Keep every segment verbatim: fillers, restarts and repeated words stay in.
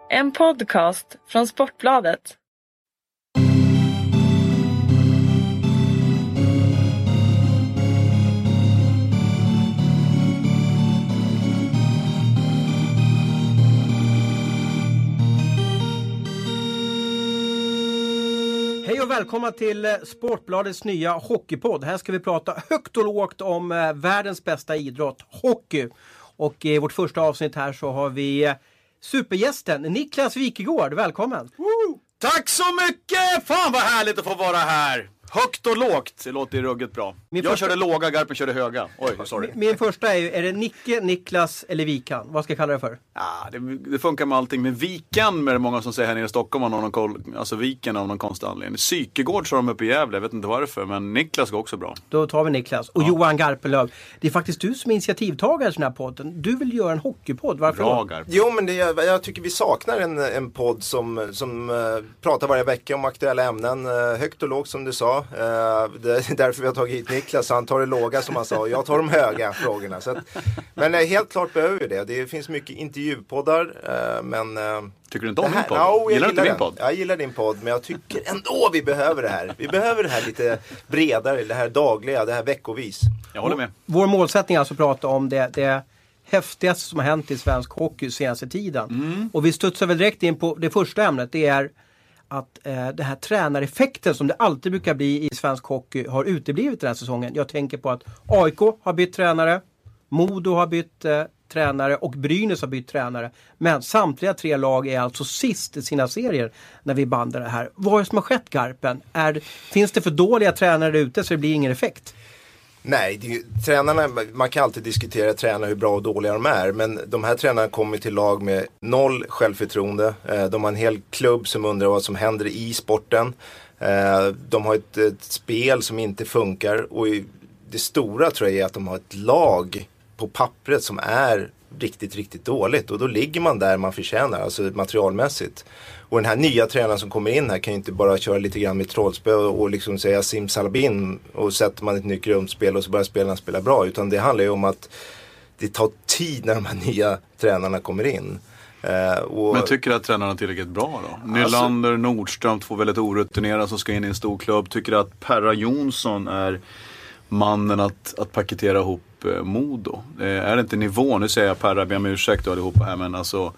En podcast från Sportbladet. Hej och välkomna till Sportbladets nya hockeypodd. Här ska vi prata högt och lågt om eh, världens bästa idrott, hockey. Och i vårt första avsnitt här så har vi eh, supergästen Niklas Wikegård. Välkommen! Woo! Tack så mycket! Fan vad härligt att få vara här! Högt och lågt, det låter ruggigt bra. Min jag första... körde låga, Garpen körde höga. Oj, sorry. Min, min första är ju, är det Nicke, Niklas eller Vikan? Vad ska jag kalla det för? Ja, det, det funkar med allting. Men Vikan, med det många som säger här nere i Stockholm, av någon koll, alltså Vikan av någon konstig anledning. Psykegård så de uppe i Gävle, jag vet inte varför, men Niklas går också bra. Då tar vi Niklas. Och ja. Johan Garpenlöv, det är faktiskt du som är initiativtagare till den här podden. Du vill göra en hockeypodd, varför bra, då? Garpen. Jo, men det, jag tycker vi saknar en, en podd som, som uh, pratar varje vecka om aktuella ämnen. Uh, högt och lågt som du sa. Uh, Det är därför vi har tagit hit Niklas. Han tar det låga som han sa. Jag tar de höga frågorna. Så att, men helt klart behöver vi det. Det finns mycket intervjupoddar. Men, tycker du inte om här, min podd? No, gillar du inte min den. podd? Jag gillar din podd. Men jag tycker ändå vi behöver det här. Vi behöver det här lite bredare. Det här dagliga. Det här veckovis. Jag håller med. Vår målsättning är alltså att prata om det, det häftigaste som har hänt i svensk hockey senaste tiden. Mm. Och vi studsar väl direkt in på det första ämnet. Det är att eh, den här tränareffekten som det alltid brukar bli i svensk hockey har uteblivit den här säsongen. Jag tänker på att A I K har bytt tränare, Modo har bytt eh, tränare och Brynäs har bytt tränare. Men samtliga tre lag är alltså sist i sina serier när vi bandar det här. Vad är det som har skett, Garpen? Är, finns det för dåliga tränare ute så det blir ingen effekt? Nej, det är ju, tränarna, man kan alltid diskutera tränare hur bra och dåliga de är. Men de här tränarna kommer till lag med noll självförtroende. De har en hel klubb som undrar vad som händer i sporten. De har ett, ett spel som inte funkar. Och det stora tror jag är att de har ett lag på pappret som är riktigt, riktigt dåligt. Och då ligger man där man förtjänar, alltså materialmässigt. Och den här nya tränaren som kommer in här kan ju inte bara köra lite grann med trollspel och, och liksom säga simsalabim och sätter man ett nytt grundspel och så börjar spelarna spela bra. Utan det handlar ju om att det tar tid när de här nya tränarna kommer in. Uh, och... Men tycker du att tränarna är tillräckligt bra då? Nylander, alltså... Nordström, två väldigt orutinerade som ska in i en stor klubb. Tycker du att Perra Jonsson är mannen att, att paketera ihop eh, Modo? Eh, är det inte nivån? Nu säger jag Perra, ber om ursäkt allihopa här, men alltså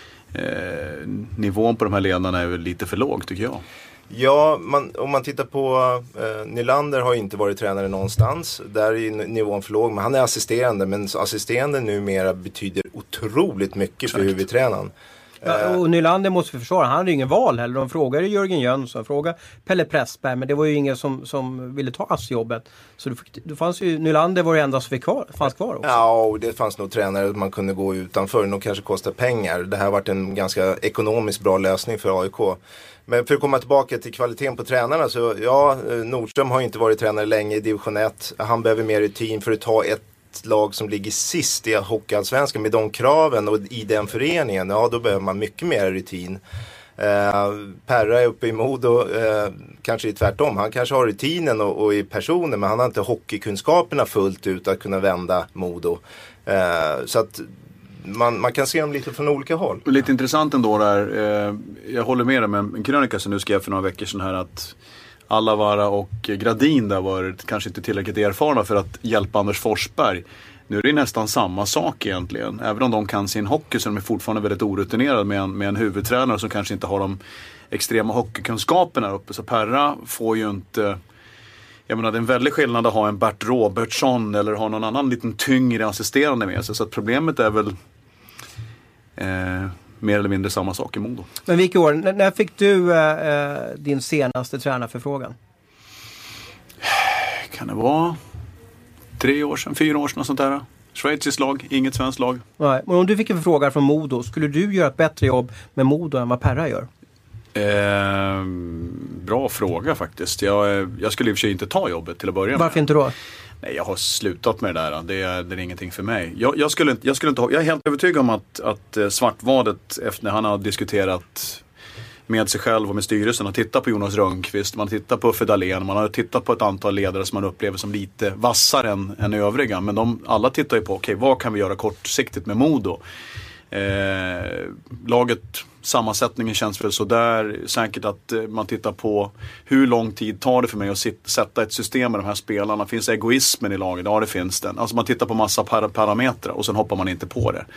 eh, nivån på de här ledarna är väl lite för låg tycker jag. Ja, man, om man tittar på eh, Nylander har ju inte varit tränare någonstans. Där är nivån för låg, men han är assisterande. Men assisterande numera betyder otroligt mycket för huvudtränaren. Ja, och Nylander måste vi försvara, han hade ju ingen val heller. De frågade Jörgen Jönsson, frågade Pelle Pressberg, men det var ju ingen som, som ville ta assjobbet. Så det fanns ju, Nylander var ju enda som fick kvar, fanns kvar också. Ja, och det fanns nog tränare man kunde gå utanför, nog kanske kostar pengar. Det här har varit en ganska ekonomiskt bra lösning för A I K. Men för att komma tillbaka till kvaliteten på tränarna så ja, Nordström har inte varit tränare länge i division ett. Han behöver mer rutin för att ta ett lag som ligger sist i hockeyallsvenskan med de kraven och i den föreningen, ja då behöver man mycket mer rutin. Eh, Perra är uppe i Modo, eh, kanske är tvärtom. Han kanske har rutinen och, och i personen, men han har inte hockeykunskaperna fullt ut att kunna vända Modo. Eh, så att man, man kan se dem lite från olika håll. Lite intressant ändå där, eh, jag håller med dig med en krönika som nu skrev för några veckor sedan här att Allavara och Gradin där var kanske inte tillräckligt erfarna för att hjälpa Anders Forsberg. Nu är det nästan samma sak egentligen. Även om de kan sin hockey så är de fortfarande väldigt orutinerade med en, med en huvudtränare som kanske inte har de extrema hockeykunskaperna uppe. Så Perra får ju inte... Jag menar det är en väldig skillnad att ha en Bert Robertsson eller ha någon annan liten tyngre assisterande med sig. Så att problemet är väl... Eh, mer eller mindre samma sak i Modo. Men vilka år, när, när fick du äh, din senaste tränarförfrågan? Kan det vara tre år sedan, fyra år sedan och sånt där. Schweizisk lag, inget svenskt lag. Nej, men om du fick en förfrågan från Modo, skulle du göra ett bättre jobb med Modo än vad Perra gör? Eh, bra fråga faktiskt. Jag, jag skulle i och för sig inte ta jobbet till att börja med. Varför inte då? Nej, jag har slutat med det där. Det är, det är ingenting för mig. Jag, jag, skulle, jag, skulle inte, jag är helt övertygad om att, att Svartvadet, efter när han har diskuterat med sig själv och med styrelsen, har tittat på Jonas Rönnqvist, man har tittat på Fedalén, man har tittat på ett antal ledare som man upplever som lite vassare än, än övriga. Men de, alla tittar ju på, okej, okay, vad kan vi göra kortsiktigt med Modo? Eh, laget sammansättningen känns väl så där. Säkert att eh, man tittar på hur lång tid tar det för mig att sit, sätta ett system med de här spelarna. Finns egoismen i laget? Ja, det finns den. Alltså man tittar på massa par- parametrar och sen hoppar man inte på det.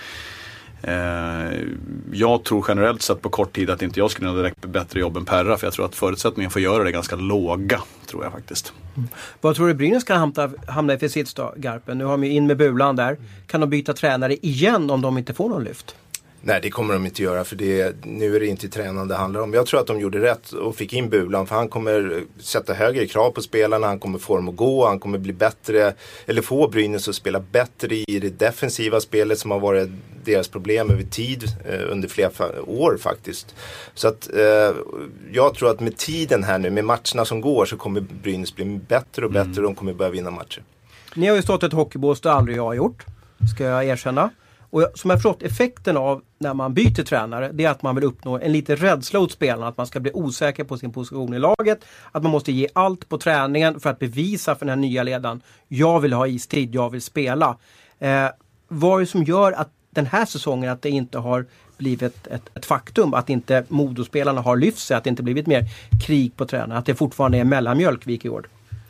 Eh, jag tror generellt sett på kort tid att inte jag skulle göra direkt bättre jobb än Perra, för jag tror att förutsättningen för att göra det är ganska låga, tror jag faktiskt. Mm. Vad tror du Brynäs kan hamna, hamna i för sits då, Garpen? Nu har de ju in med Bulan där. Kan de byta tränare igen om de inte får någon lyft? Nej, det kommer de inte göra, för det, nu är det inte tränaren det handlar om. Jag tror att de gjorde rätt och fick in Bulan, för han kommer sätta högre krav på spelarna, han kommer få dem att gå, han kommer bli bättre, eller få Brynäs att spela bättre i det defensiva spelet som har varit deras problem över tid, eh, under flera fa- år faktiskt. Så att eh, jag tror att med tiden här nu, med matcherna som går, så kommer Brynäs bli bättre och bättre mm. och de kommer börja vinna matcher. Ni har ju stått ett hockeybås, det aldrig jag har gjort, ska jag erkänna. Och som jag förstått, effekten av när man byter tränare, det är att man vill uppnå en liten rädsla hos spelarna, att man ska bli osäker på sin position i laget, att man måste ge allt på träningen för att bevisa för den här nya ledaren, jag vill ha istid, jag vill spela. Eh, vad är det som gör att den här säsongen att det inte har blivit ett, ett, ett faktum, att inte Modospelarna har lyft sig, att det inte blivit mer krig på tränarna, att det fortfarande är mellanmjölk Wikegård?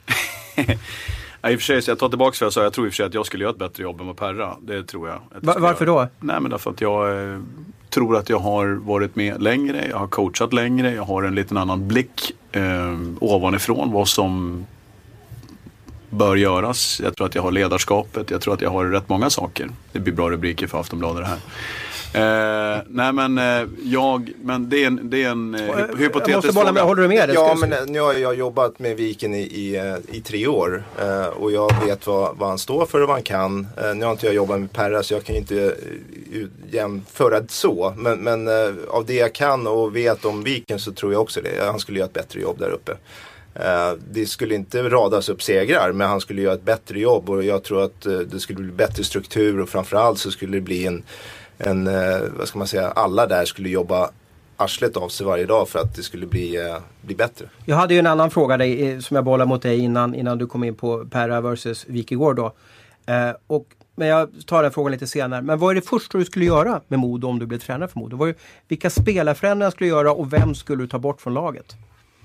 Ja, i och för sig, så jag tar tillbaka för jag sa, jag tror i och för sig att jag skulle göra ett bättre jobb än vad Perra. Det tror jag. Va- varför då? Nej, men därför att jag eh, tror att jag har varit med längre, jag har coachat längre, jag har en liten annan blick eh, ovanifrån vad som bör göras. Jag tror att jag har ledarskapet, jag tror att jag har rätt många saker. Det blir bra rubriker för Aftonbladet här. Eh, nej men eh, jag men det är en, det är en eh, hypotetisk fråga. Med, håller du med det? Ja, men nu har jag jobbat med Viken i, i, i tre år eh, och jag vet vad, vad han står för och vad han kan. Eh, nu har inte jag jobbat med Perra, så jag kan inte uh, jämföra så, men, men uh, av det jag kan och vet om Viken så tror jag också det. Han skulle göra ett bättre jobb där uppe. Uh, det skulle inte radas upp segrar, men han skulle göra ett bättre jobb, och jag tror att uh, det skulle bli bättre struktur, och framförallt så skulle det bli en En, eh, vad ska man säga, alla där skulle jobba arslet av sig varje dag för att det skulle bli, eh, bli bättre. Jag hade ju en annan fråga dig, som jag bollade mot dig innan, innan du kom in på Perra versus Wikegård då. Eh, och, men jag tar den frågan lite senare. Men vad är det första du skulle göra med Modo om du blev tränare för Modo? Vad är, vilka spelarförändringar skulle du göra och vem skulle du ta bort från laget?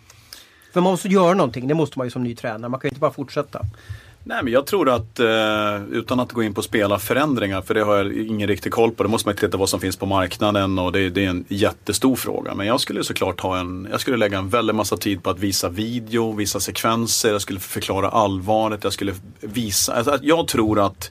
För man måste göra någonting, det måste man ju som ny tränare. Man kan ju inte bara fortsätta. Nej, men jag tror att eh, utan att gå in på spelarförändringar, för det har jag ingen riktig koll på, det måste man titta vad som finns på marknaden, och det, det är en jättestor fråga. Men jag skulle såklart ha en, jag skulle lägga en väldigt massa tid på att visa video, visa sekvenser, jag skulle förklara allvaret, jag skulle visa, alltså, jag tror att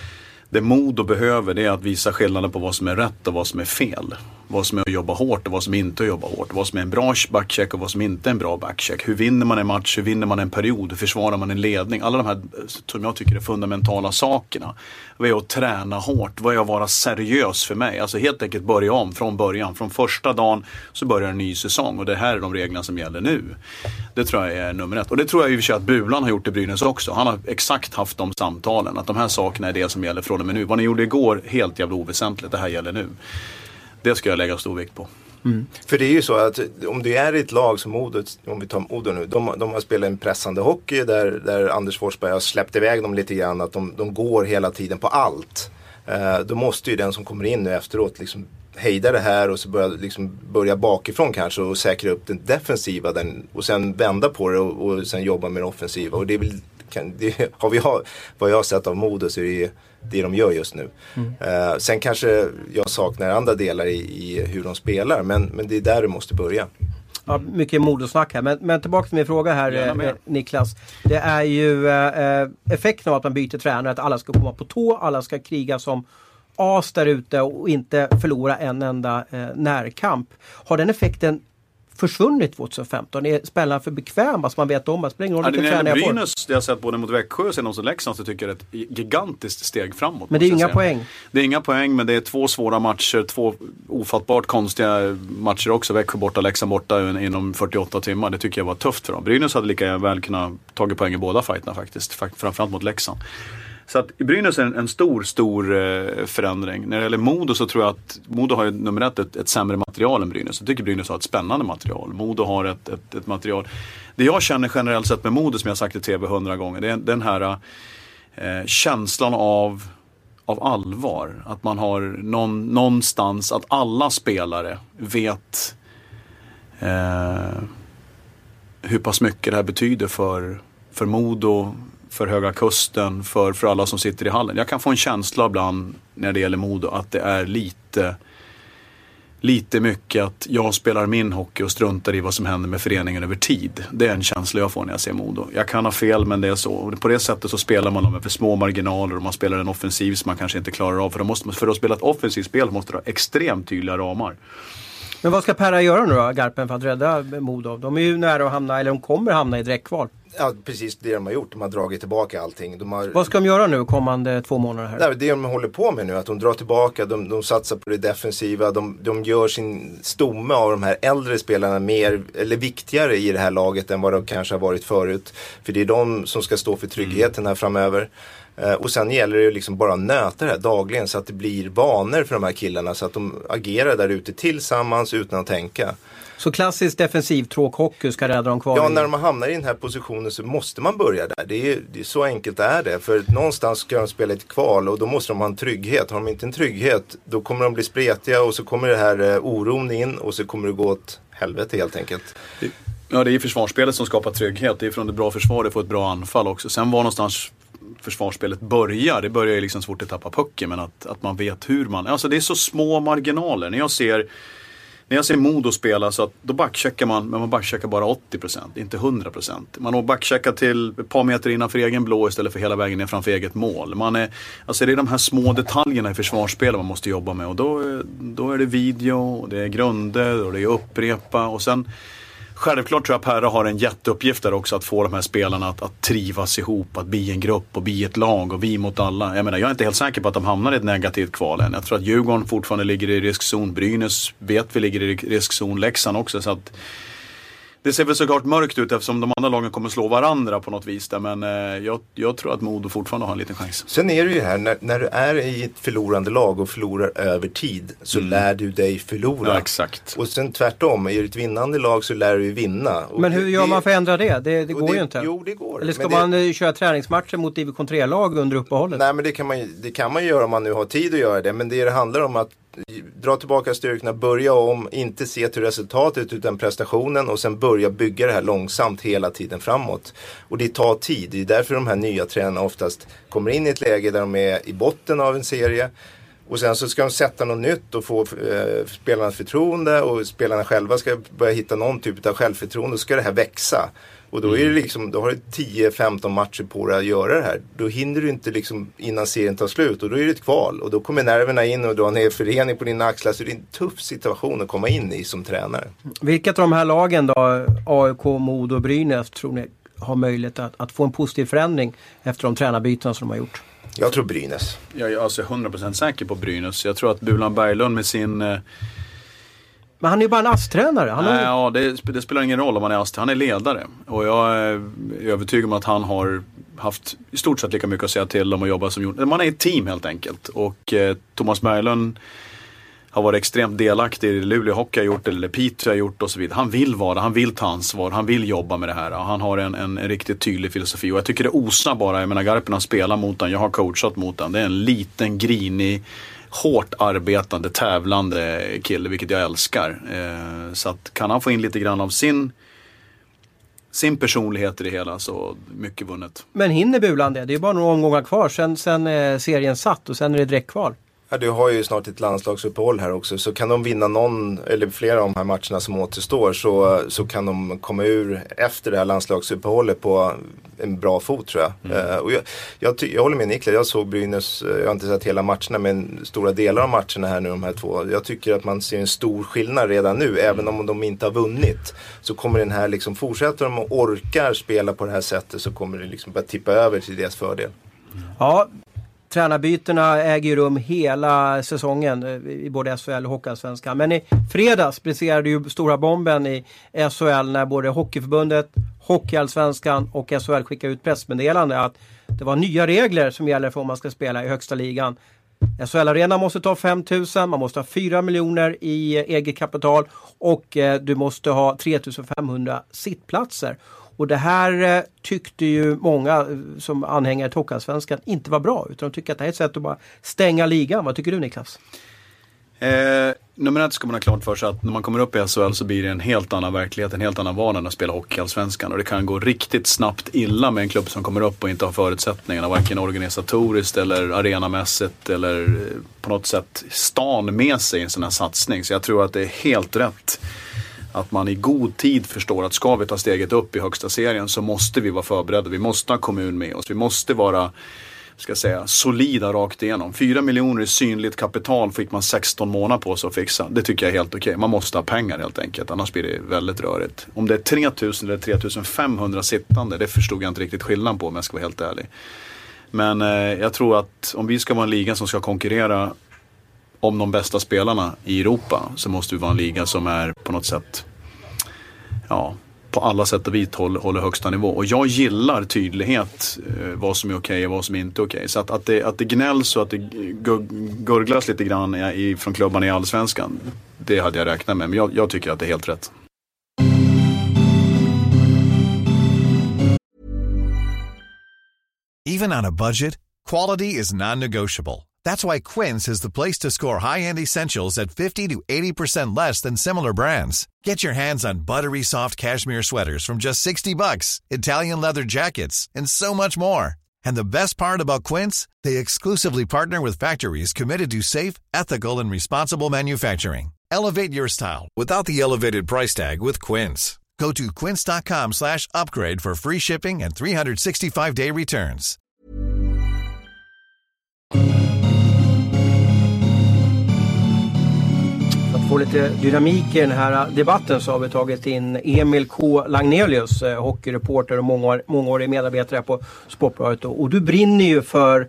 det Modo behöver, det är att visa skillnaden på vad som är rätt och vad som är fel. Vad som är att jobba hårt och vad som inte är att jobba hårt. Vad som är en bra backcheck och vad som inte är en bra backcheck. Hur vinner man en match, hur vinner man en period, hur försvarar man en ledning. Alla de här som jag tycker är fundamentala sakerna. Vad är att träna hårt, vad är att vara seriös för mig. Alltså helt enkelt börja om från början. Från första dagen så börjar en ny säsong, och det här är de reglerna som gäller nu. Det tror jag är nummer ett. Och det tror jag i och för sig att Bulan har gjort i Brynäs också. Han har exakt haft de samtalen, att de här sakerna är det som gäller från och med nu. Vad ni gjorde igår, helt jävla oväsentligt, det här gäller nu. Det ska jag lägga stor vikt på. Mm. För det är ju så att om du är i ett lag som Modo, om vi tar Modo nu, de, de har spelat en pressande hockey där, där Anders Forsberg har släppt iväg dem lite grann, att de, de går hela tiden på allt. Eh, då måste ju den som kommer in nu efteråt liksom hejda det här och så börja, liksom börja bakifrån kanske och säkra upp den defensiva den, och sen vända på det och, och sen jobba med det offensiva. Och det är väl, kan, det, har vi har, vad jag har sett av Modo så är det det de gör just nu. Mm. Uh, sen kanske jag saknar andra delar i, i hur de spelar, men, men det är där du måste börja. Ja, mycket modosnack här, men, men tillbaka till min fråga här eh, Niklas. Det är ju eh, effekten av att man byter tränare, att alla ska komma på tå, alla ska kriga som as där ute och inte förlora en enda eh, närkamp. Har den effekten försvunnit tjugohundrafemton? Är spelarna för bekväma så man vet om att spela ja, det är Brynäs, det jag har sett både mot Växjö och sen hos Leksand, så tycker jag det är ett gigantiskt steg framåt. Men det är inga säga. poäng. Det är inga poäng, men det är två svåra matcher, två ofattbart konstiga matcher också. Växjö borta, Leksand borta inom fyrtioåtta timmar. Det tycker jag var tufft för dem. Brynäs hade lika väl kunnat tagit poäng i båda fighterna faktiskt, framförallt mot Leksand. Så att i Brynäs är en, en stor, stor eh, förändring. När det gäller Modo så tror jag att Modo har ju nummer ett ett, ett sämre material än Brynäs. Jag tycker Brynäs har ett spännande material. Modo har ett, ett, ett material. Det jag känner generellt sett med Modo, som jag sagt i tv hundra gånger, det är den här eh, känslan av, av allvar. Att man har någon, någonstans att alla spelare vet eh, hur pass mycket det här betyder för, för Modo, för Höga Kusten, för, för alla som sitter i hallen. Jag kan få en känsla ibland när det gäller Modo att det är lite lite mycket att jag spelar min hockey och struntar i vad som händer med föreningen över tid. Det är en känsla jag får när jag ser Modo. Jag kan ha fel, men det är så. Och på det sättet så spelar man dem med för små marginaler och man spelar en offensiv som man kanske inte klarar av. För, måste, för att spela ett offensivt spel måste du ha extremt tydliga ramar. Men vad ska Perra göra nu då, Garpen, för att rädda Modo? De är ju nära att hamna, eller de kommer hamna i direktkval. Ja, precis det de har gjort. De har dragit tillbaka allting. De har... Vad ska de göra nu kommande två månader här? Nej, det de håller på med nu, att de drar tillbaka, de, de satsar på det defensiva, de, de gör sin stomme av de här äldre spelarna mer, eller viktigare i det här laget än vad de kanske har varit förut. För det är de som ska stå för tryggheten här framöver. Uh, och sen gäller det liksom bara att nöta det här dagligen så att det blir vanor för de här killarna, så att de agerar där ute tillsammans utan att tänka. Så klassisk defensiv tråkhockey ska rädda dem kvar? Ja, i... när de hamnar i den här positionen så måste man börja där. Det är, det är så enkelt är det. För någonstans ska de spela ett kval och då måste de ha en trygghet. Har de inte en trygghet, då kommer de bli spretiga och så kommer det här eh, oron in och så kommer det gå åt helvete helt enkelt. Ja, det är försvarsspelet som skapar trygghet. Det är från det bra försvaret får ett bra anfall också. Sen var någonstans försvarsspelet börjar. Det börjar ju liksom svårt att tappa pucken, men att, att man vet hur man... Alltså det är så små marginaler. När jag ser... När jag ser Modo spela så att då backcheckar man, men man backcheckar bara åttio procent, inte hundra procent. Man backcheckar till ett par meter innanför egen blå istället för hela vägen ner framför eget mål. Man är, alltså det är de här små detaljerna i försvarsspelet man måste jobba med. Och då, då är det video, och det är grunder och det är upprepa. Och sen, självklart tror jag Perra har en jätteuppgift där också, att få de här spelarna att, att trivas ihop, att bli en grupp och bli ett lag och vi mot alla. Jag menar, jag är inte helt säker på att de hamnar i ett negativt kval än. Jag tror att Djurgården fortfarande ligger i riskzon, Brynäs vet vi ligger i riskzon, Leksand också, så att det ser väl såklart mörkt ut eftersom de andra lagen kommer slå varandra på något vis där, men eh, jag, jag tror att Modo fortfarande har en liten chans. Sen är det ju här, när, när du är i ett förlorande lag och förlorar över tid så mm. lär du dig förlora. Ja, exakt. Och sen tvärtom, är du ett vinnande lag så lär du dig vinna. Och men hur gör det, man för att ändra det? Det, det går det, ju inte. Jo, det går. Eller ska men man det, köra träningsmatcher mot division tre-lag under uppehållet? Nej, men det kan, man, det kan man göra om man nu har tid att göra det. Men det det handlar om att dra tillbaka styrkorna, börja om, inte se till resultatet utan prestationen och sen börja bygga det här långsamt hela tiden framåt. Och det tar tid, det är därför de här nya tränarna oftast kommer in i ett läge där de är i botten av en serie och sen så ska de sätta något nytt och få eh, spelarnas förtroende och spelarna själva ska börja hitta någon typ av självförtroende och ska det här växa. Och då är det liksom, då har du tio femton matcher på dig att göra det här. Då hinner du inte liksom innan serien tar slut och då är det ett kval. Och då kommer nerverna in och du har en hel förening på dina axlar. Så det är en tuff situation att komma in i som tränare. Vilket av de här lagen då, A I K, Modo och Brynäs, tror ni har möjlighet att, att få en positiv förändring efter de tränarbyten som de har gjort? Jag tror Brynäs. Jag är alltså hundra procent säker på Brynäs. Jag tror att Bulan Berglund med sin... Eh... Men han är ju bara en ASS-tränare. Han Nej, har... ja, det, det spelar ingen roll om han är ASS. Han är ledare. Och jag är övertygad om att han har haft i stort sett lika mycket att säga till om att jobba som gjort. Man är ett team helt enkelt. Och eh, Thomas Berglund har varit extremt delaktig i det Luleå Hockey har gjort, eller Piteå har gjort och så vidare. Han vill vara, han vill ta ansvar, han vill jobba med det här. Han har en, en, en riktigt tydlig filosofi. Och jag tycker det osar bara, jag menar Garpen har spelat mot han, jag har coachat mot han. Det är en liten, grinig, hårt arbetande, tävlande kille, vilket jag älskar. Eh, så att kan han få in lite grann av sin sin personlighet i det hela, så mycket vunnet. Men hinner Bulan det? Det är bara några omgångar kvar, sen, sen är serien satt och sen är det direktkval. Ja, du har ju snart ett landslagsuppehåll här också, så kan de vinna någon eller flera av de här matcherna som återstår så, så kan de komma ur efter det här landslagsuppehållet på en bra fot tror jag. Mm. Uh, och jag, jag, ty- jag håller med Niklas, jag såg Brynäs, jag har inte sett hela matcherna men stora delar av matcherna här nu de här två. Jag tycker att man ser en stor skillnad redan nu, mm. även om de inte har vunnit. Så kommer den här liksom, fortsätter de och orkar spela på det här sättet så kommer det liksom bara tippa över till deras fördel. Mm. Ja. Tränarbytena äger rum hela säsongen i både S H L och Hockeyallsvenskan. Men i fredags briserade ju stora bomben i S H L när både Hockeyförbundet, Hockeyallsvenskan och S H L skickade ut pressmeddelande att det var nya regler som gäller för om man ska spela i högsta ligan. S H L-arenan måste ta fem tusen, man måste ha fyra miljoner i eget kapital och eh, du måste ha tre tusen femhundra sittplatser. Och det här eh, tyckte ju många eh, som anhängare till Hockeyallsvenskan inte var bra. Utan de tycker att det här är ett sätt att bara stänga ligan. Vad tycker du, Niklas? Eh, nummer ett ska man ha klart för sig att när man kommer upp i S H L så blir det en helt annan verklighet, en helt annan vardag än att spela Hockeyallsvenskan. Och det kan gå riktigt snabbt illa med en klubb som kommer upp och inte har förutsättningarna, varken organisatoriskt eller arenamässigt eller på något sätt stan med sig i en sån här satsning. Så jag tror att det är helt rätt att man i god tid förstår att ska vi ta steget upp i högsta serien så måste vi vara förberedda. Vi måste ha kommun med oss, vi måste vara ska säga, solida rakt igenom. Fyra miljoner i synligt kapital fick man sexton månader på sig att fixa. Det tycker jag är helt okej. Man måste ha pengar helt enkelt, annars blir det väldigt rörigt. Om det är tre tusen eller tre tusen femhundra sittande, det förstod jag inte riktigt skillnad på om jag ska vara helt ärlig. Men eh, jag tror att om vi ska vara en liga som ska konkurrera om de bästa spelarna i Europa så måste vi vara en liga som är på något sätt ja, på alla sätt och vis håller, håller högsta nivå. Och jag gillar tydlighet, eh, vad som är okej och vad som inte är okej. Så att, att, det, att det gnälls och att det gurglas lite grann i, från klubbarna i Allsvenskan, det hade jag räknat med. Men jag, jag tycker att det är helt rätt. Even on a budget, quality is non-negotiable. That's why Quince is the place to score high-end essentials at fifty to eighty percent less than similar brands. Get your hands on buttery soft cashmere sweaters from just sixty bucks, Italian leather jackets, and so much more. And the best part about Quince, they exclusively partner with factories committed to safe, ethical, and responsible manufacturing. Elevate your style without the elevated price tag with Quince. Go to quince.com slash upgrade for free shipping and three sixty-five day returns. För att få lite dynamik i den här debatten så har vi tagit in Emil K. Lagnelius, eh, hockeyreporter och mångårig, mångårig medarbetare på Sportbladet. Och, och du brinner ju för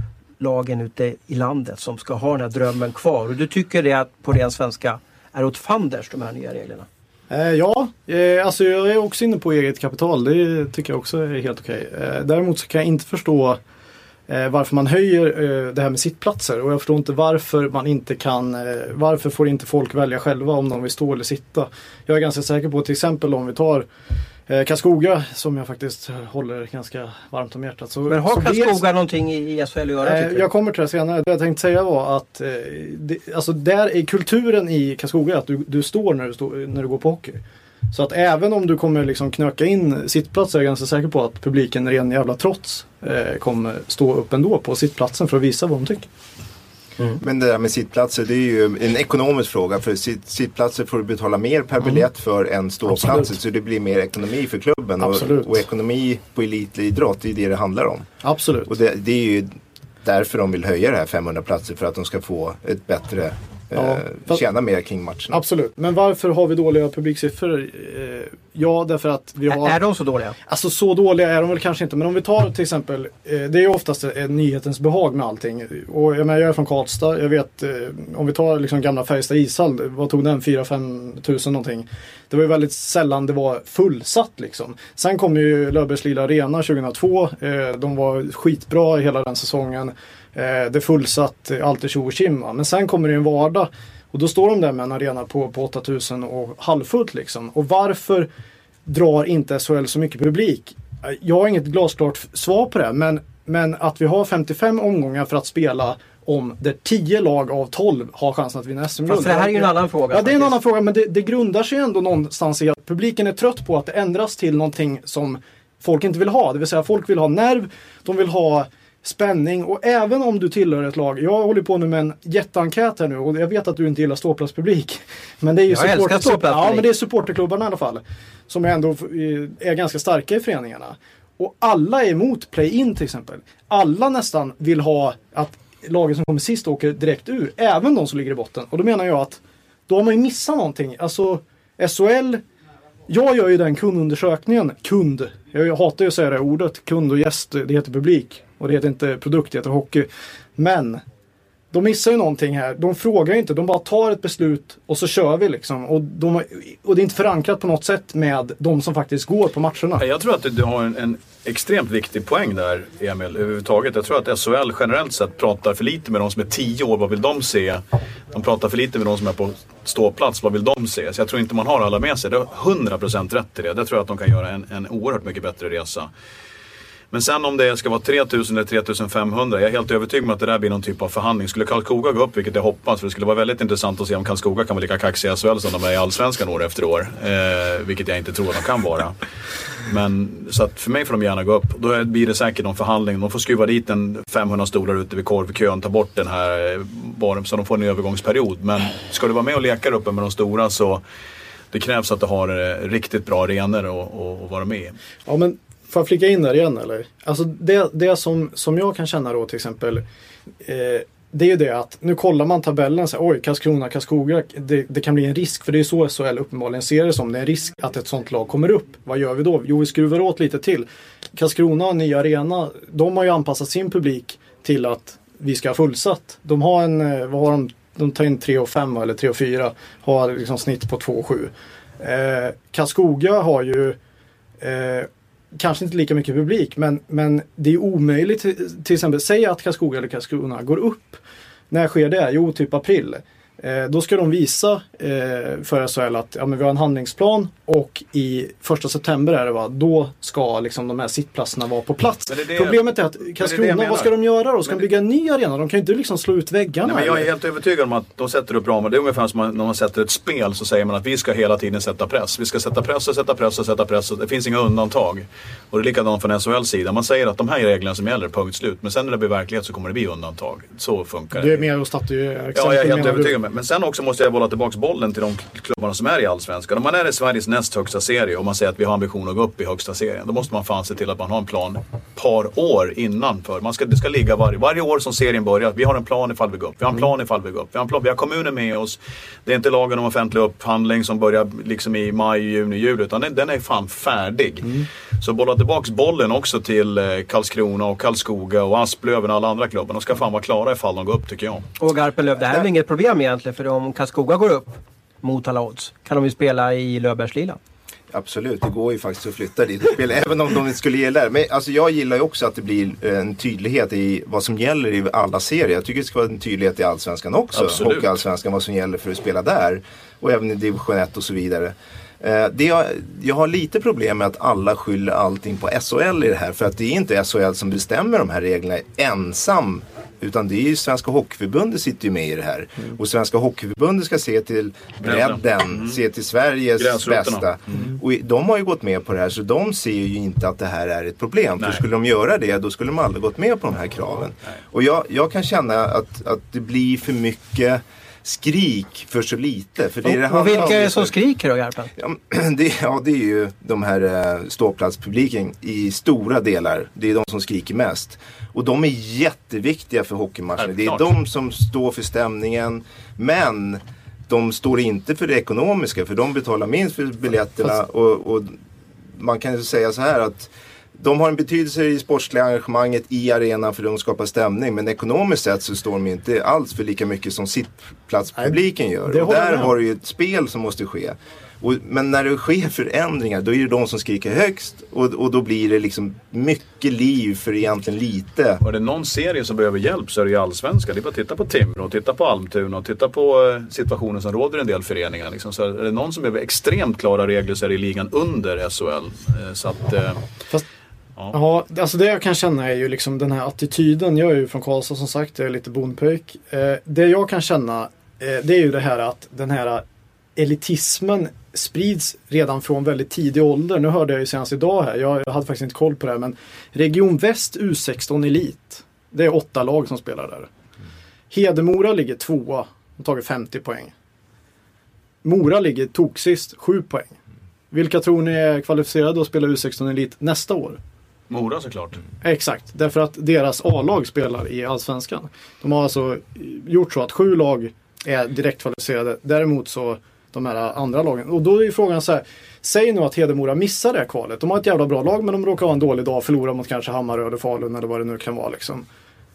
lagen ute i landet som ska ha den här drömmen kvar. Och du tycker det att på ren svenska är åt fanders de här nya reglerna? Eh, ja, eh, alltså jag är också inne på eget kapital. Det tycker jag också är helt okej. Eh, däremot så kan jag inte förstå eh, varför man höjer eh, det här med sittplatser. Och jag förstår inte varför man inte kan, eh, varför får inte folk välja själva om de vill stå eller sitta. Jag är ganska säker på till exempel om vi tar eh, Karlskoga som jag faktiskt håller ganska varmt om hjärtat. Så, Men har så Karlskoga vet, någonting i S H L att göra? eh, jag kommer till det senare. Det jag tänkte säga var att eh, det, alltså där är kulturen i Karlskoga att du, du står när du, stå, när du går på hockey. Så att även om du kommer liksom knöka in sittplatser är jag ganska säker på att publiken ren jävla trots eh, kommer stå upp ändå på sittplatsen för att visa vad de tycker. Mm. Men det där med sittplatser, det är ju en ekonomisk fråga. För sitt, sittplatser får du betala mer per mm. biljett för än ståplatser. Så det blir mer ekonomi för klubben. Och, och ekonomi på elitidrott, det är det det handlar om. Absolut. Och det, det är ju därför de vill höja det här femhundra platser. För att de ska få ett bättre... Ja, eh, tjäna mer kring matchen. Absolut. Men varför har vi dåliga publiksiffror? Eh, ja, därför att vi har... Är de så dåliga? Alltså så dåliga är de väl kanske inte. Men om vi tar till exempel, eh, det är ju oftast eh, nyhetens behag med allting. Och jag, menar, jag är från Karlstad. Jag vet, eh, om vi tar liksom gamla Färjestad ishall, vad tog den? fyra till fem tusen någonting. Det var ju väldigt sällan det var fullsatt liksom. Sen kom ju Löfbergs Lilla Arena tjugohundratvå. Eh, de var skitbra hela den säsongen. Eh, det fullsatt allt är tjo och tjim. Men sen kommer det en vardag och då står de där med en arena på, på åtta tusen och halvfullt liksom. Och varför drar inte S H L så mycket publik? Jag har inget glasklart svar på det. Men, men att vi har femtiofem omgångar för att spela om där tio lag av tolv har chansen att vinna S M-guld. Fast det här är ju en annan fråga. Ja, det är en annan fråga. Men det, det grundar sig ändå någonstans i att publiken är trött på att det ändras till någonting som folk inte vill ha. Det vill säga folk vill ha nerv, de vill ha spänning. Och även om du tillhör ett lag, jag håller på nu med en jätteenkät här nu och jag vet att du inte gillar ståplatspublik. Men det är ju jag älskar ståplatspublik. Ja, men det är supporterklubbarna i alla fall som är ändå är ganska starka i föreningarna. Och alla är emot play-in till exempel. Alla nästan vill ha att lagen som kommer sist åker direkt ur, även de som ligger i botten. Och då menar jag att då har man ju missat någonting. Alltså S H L, jag gör ju den kundundersökningen, kund. Jag hatar ju att säga det ordet, kund och gäst, det heter publik. Och det heter inte produkt, det heter hockey. Men de missar ju någonting här. De frågar ju inte, de bara tar ett beslut och så kör vi liksom. Och, de, och det är inte förankrat på något sätt med de som faktiskt går på matcherna. Jag tror att du har en, en extremt viktig poäng där, Emil, överhuvudtaget. Jag tror att S H L generellt sett pratar för lite med de som är tio år, vad vill de se? De pratar för lite med de som är på ståplats, vad vill de se? Så jag tror inte man har alla med sig. Det är hundra procent rätt i det. Det tror jag att de kan göra en, en oerhört mycket bättre resa. Men sen om det ska vara tre tusen eller tre tusen femhundra, jag är helt övertygad om att det där blir någon typ av förhandling. Skulle Karlskoga gå upp, vilket jag hoppas, för det skulle vara väldigt intressant att se om Karlskoga kan vara lika kaxiga i S H L som de är i Allsvenskan år efter år. Eh, vilket jag inte tror att de kan vara. Men så att för mig får de gärna gå upp. Då blir det säkert någon förhandling. De får skruva dit en femhundra stolar ute vid korvkön, ta bort den här bara så de får en övergångsperiod. Men ska du vara med och leka uppe med de stora, så det krävs att du har riktigt bra arenor och, och, och vara med. Ja, men får jag flika in där igen eller? Alltså det, det som, som jag kan känna då till exempel, eh, det är ju det att nu kollar man tabellen så här, oj, Karlskrona, Karlskoga, det, det kan bli en risk, för det är så S H L uppenbarligen ser det som, det är en risk att ett sånt lag kommer upp. Vad gör vi då? Jo, vi skruvar åt lite till. Karlskrona och Nya Arena, de har ju anpassat sin publik till att vi ska ha fullsatt. De har en, vad har de? De tar in tre och fem eller tre och fyra, har liksom snitt på två och sju. Eh, Karlskoga har ju eh, kanske inte lika mycket publik, men, men det är omöjligt till, till exempel, säga att Karlskoga eller Karlskrona går upp. När sker det? Jo, typ april. Eh, då ska de visa eh, för S H L att ja, men vi har en handlingsplan, och i första september är det va, då ska liksom de här sittplatserna vara på plats. Det det, Problemet är att Karlskrona, är vad ska de göra då? Ska de bygga en ny arena? De kan ju inte liksom slå ut väggarna. Nej, men jag är helt övertygad om att de sätter upp ramar. Det är ungefär som när man sätter ett spel, så säger man att vi ska hela tiden sätta press. Vi ska sätta press och sätta press och sätta press. Och det finns inga undantag. Och det är likadant från S H L-sida. Man säger att de här reglerna som gäller, punkt slut. Men sen när det blir verklighet så kommer det bli undantag. Så funkar det. Det är mer att statuera exempel. Ja, jag är helt övertygad med. Men sen också måste jag bolla tillbaka bollen till de klubbarna som är i Allsvenskan. Om man är i Sveriges näst högsta serie och man säger att vi har ambition att gå upp i högsta serien, då måste man fan se till att man har en plan par år innanför. Man ska, det ska ligga varje, varje år som serien börjar. Vi har en plan ifall vi går upp. Vi har en plan ifall vi går upp. Vi har en plan. Vi har kommunen med oss. Det är inte lagen om offentlig upphandling som börjar liksom i maj, juni, juli, utan den, den är fan färdig. Mm. Så bolla tillbaka bollen också till eh, Karlskrona och Karlskoga och Asplöven och alla andra klubbar. De ska fan vara klara ifall de går upp, tycker jag. Och Garpenlöv, det här är väl inget problem egentligen, för om Karlskoga går upp mot alla odds kan de ju spela i Löfbergslila. Absolut, det går ju faktiskt att flytta dit och spela, även om de inte skulle gilla det. Men alltså, jag gillar ju också att det blir en tydlighet i vad som gäller i alla serier. Jag tycker det ska vara en tydlighet i Allsvenskan också. Absolut. Och Allsvenskan, vad som gäller för att spela där. Och även i division ett och så vidare. Eh, det jag, jag har lite problem med att alla skyller allting på S H L i det här. För att det är inte S H L som bestämmer de här reglerna ensam. Utan det är ju Svenska Hockeyförbundet sitter ju med i det här. Mm. Och Svenska Hockeyförbundet ska se till bredden, mm. se till Sveriges bästa. Mm. Och de har ju gått med på det här, så de ser ju inte att det här är ett problem. Nej. För skulle de göra det, då skulle de aldrig gått med på de här kraven. Nej. Och jag, jag kan känna att, att det blir för mycket skrik för så lite. För det är det och vilka är det som skriker då, Garpen? Ja, det, ja, det är ju de här uh, ståplatspubliken i stora delar. Det är de som skriker mest. Och de är jätteviktiga för hockeymatchen. Det är de som står för stämningen. Men de står inte för det ekonomiska. För de betalar minst för biljetterna. Och, och man kan ju säga så här att de har en betydelse i sportsliga engagemanget i arenan, för de skapar stämning. Men ekonomiskt sett så står de inte alls för lika mycket som sittplatspubliken gör. Och där har du ju ett spel som måste ske. Och, men när det sker förändringar, då är det de som skriker högst. Och, och då blir det liksom mycket liv för egentligen lite. Och är det någon serie som behöver hjälp, så är det ju Allsvenska. Det är bara att titta på Timrå och titta på Almtuna och titta på eh, situationen som råder i en del föreningar. Liksom. Så är det någon som behöver extremt klara regler, så är det ligan under S H L. Eh, så att... Eh, Fast... Ja, alltså det jag kan känna är ju liksom den här attityden. Jag är ju från Karlstad som sagt, jag är lite bondpöjk. Eh, det jag kan känna eh, det är ju det här att den här elitismen sprids redan från väldigt tidig ålder. Nu hörde jag ju senast idag här, jag, jag hade faktiskt inte koll på det här, men Region Väst U sexton Elit, det är åtta lag som spelar där. Hedemora ligger tvåa och tagit femtio poäng. Mora ligger toksist, sju poäng. Vilka tror ni är kvalificerade att spela U sexton Elit nästa år? Mora såklart. Exakt, därför att deras A-lag spelar i Allsvenskan. De har alltså gjort så att sju lag är direkt kvalificerade. Däremot så de här andra lagen. Och då är ju frågan så här, säg nu att Hedemora missar det här kvalet. De har ett jävla bra lag, men de råkar ha en dålig dag och förlorar mot kanske Hammarö eller Falun eller vad det nu kan vara liksom.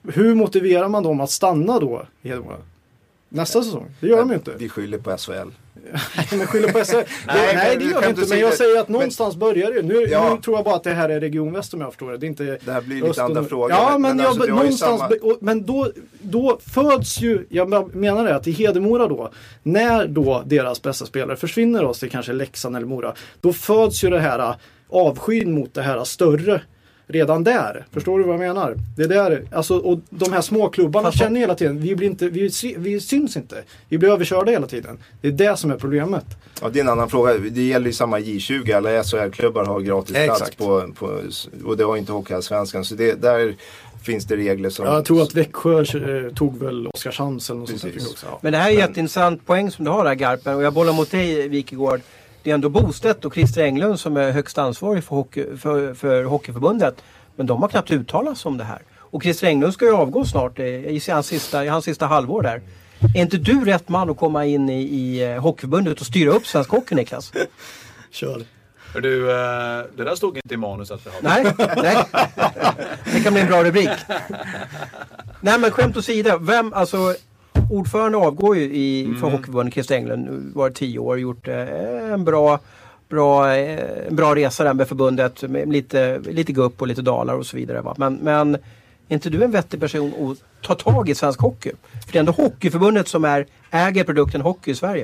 hur motiverar man dem att stanna då i Hedemora? Nästa säsong? Det gör de ju inte. Vi skyller på S H L. Nej, men skyller på S H L. Nej, nej, det gör vi inte. Men jag säger att någonstans men, börjar det. Nu, ja. nu tror jag bara att det här är Region Väst om jag förstår det. Det, är inte det här blir lite andra frågor. Ja, men, men, jag, alltså, någonstans... samma... Och, men då, då föds ju... Jag menar det att i Hedemora då, när då deras bästa spelare försvinner oss till kanske Leksand eller Mora, då föds ju det här avskyn mot det här större redan där. Förstår du vad jag menar? Det där, alltså, och de här små klubbarna Fast känner hela tiden, vi blir inte, vi, vi syns inte. Vi blir överkörda hela tiden. Det är det som är problemet. Ja, det är en annan fråga. Det gäller ju samma J tjugo. Alla S H L-klubbar har gratis plats på, på, och det har inte Hockeyallsvenskan. Så det, där finns det regler som... Jag tror att Växjö eh, tog väl Oskarshamns eller något sånt också. Ja. Men det här är en jätteintressant poäng som du har där, Garpen. Och jag bollar mot dig, Wikegård. Det är ändå Bostedt och Christer Englund som är högst ansvarig för, hockey, för, för Hockeyförbundet. Men de har knappt uttalat sig om det här. Och Christer Englund ska ju avgå snart i, i, hans, sista, i hans sista halvår där. Är inte du rätt man att komma in i, i Hockeyförbundet och styra upp svensk hockey, Niklas? Kör. Du, det där stod inte i manus att vi har. Nej, nej. Det kan bli en bra rubrik. Nej, men skämt åsida. Vem, alltså... Ordförande avgår ju i, mm. för Hockeyförbundet, Christer Englund, var tio år, gjort eh, en bra, bra, eh, en bra resa där med förbundet, med lite, lite gupp och lite dalar och så vidare. Va? Men, men är inte du en vettig person att ta tag i svensk hockey? För det är ändå Hockeyförbundet som är, äger produkten hockey i Sverige.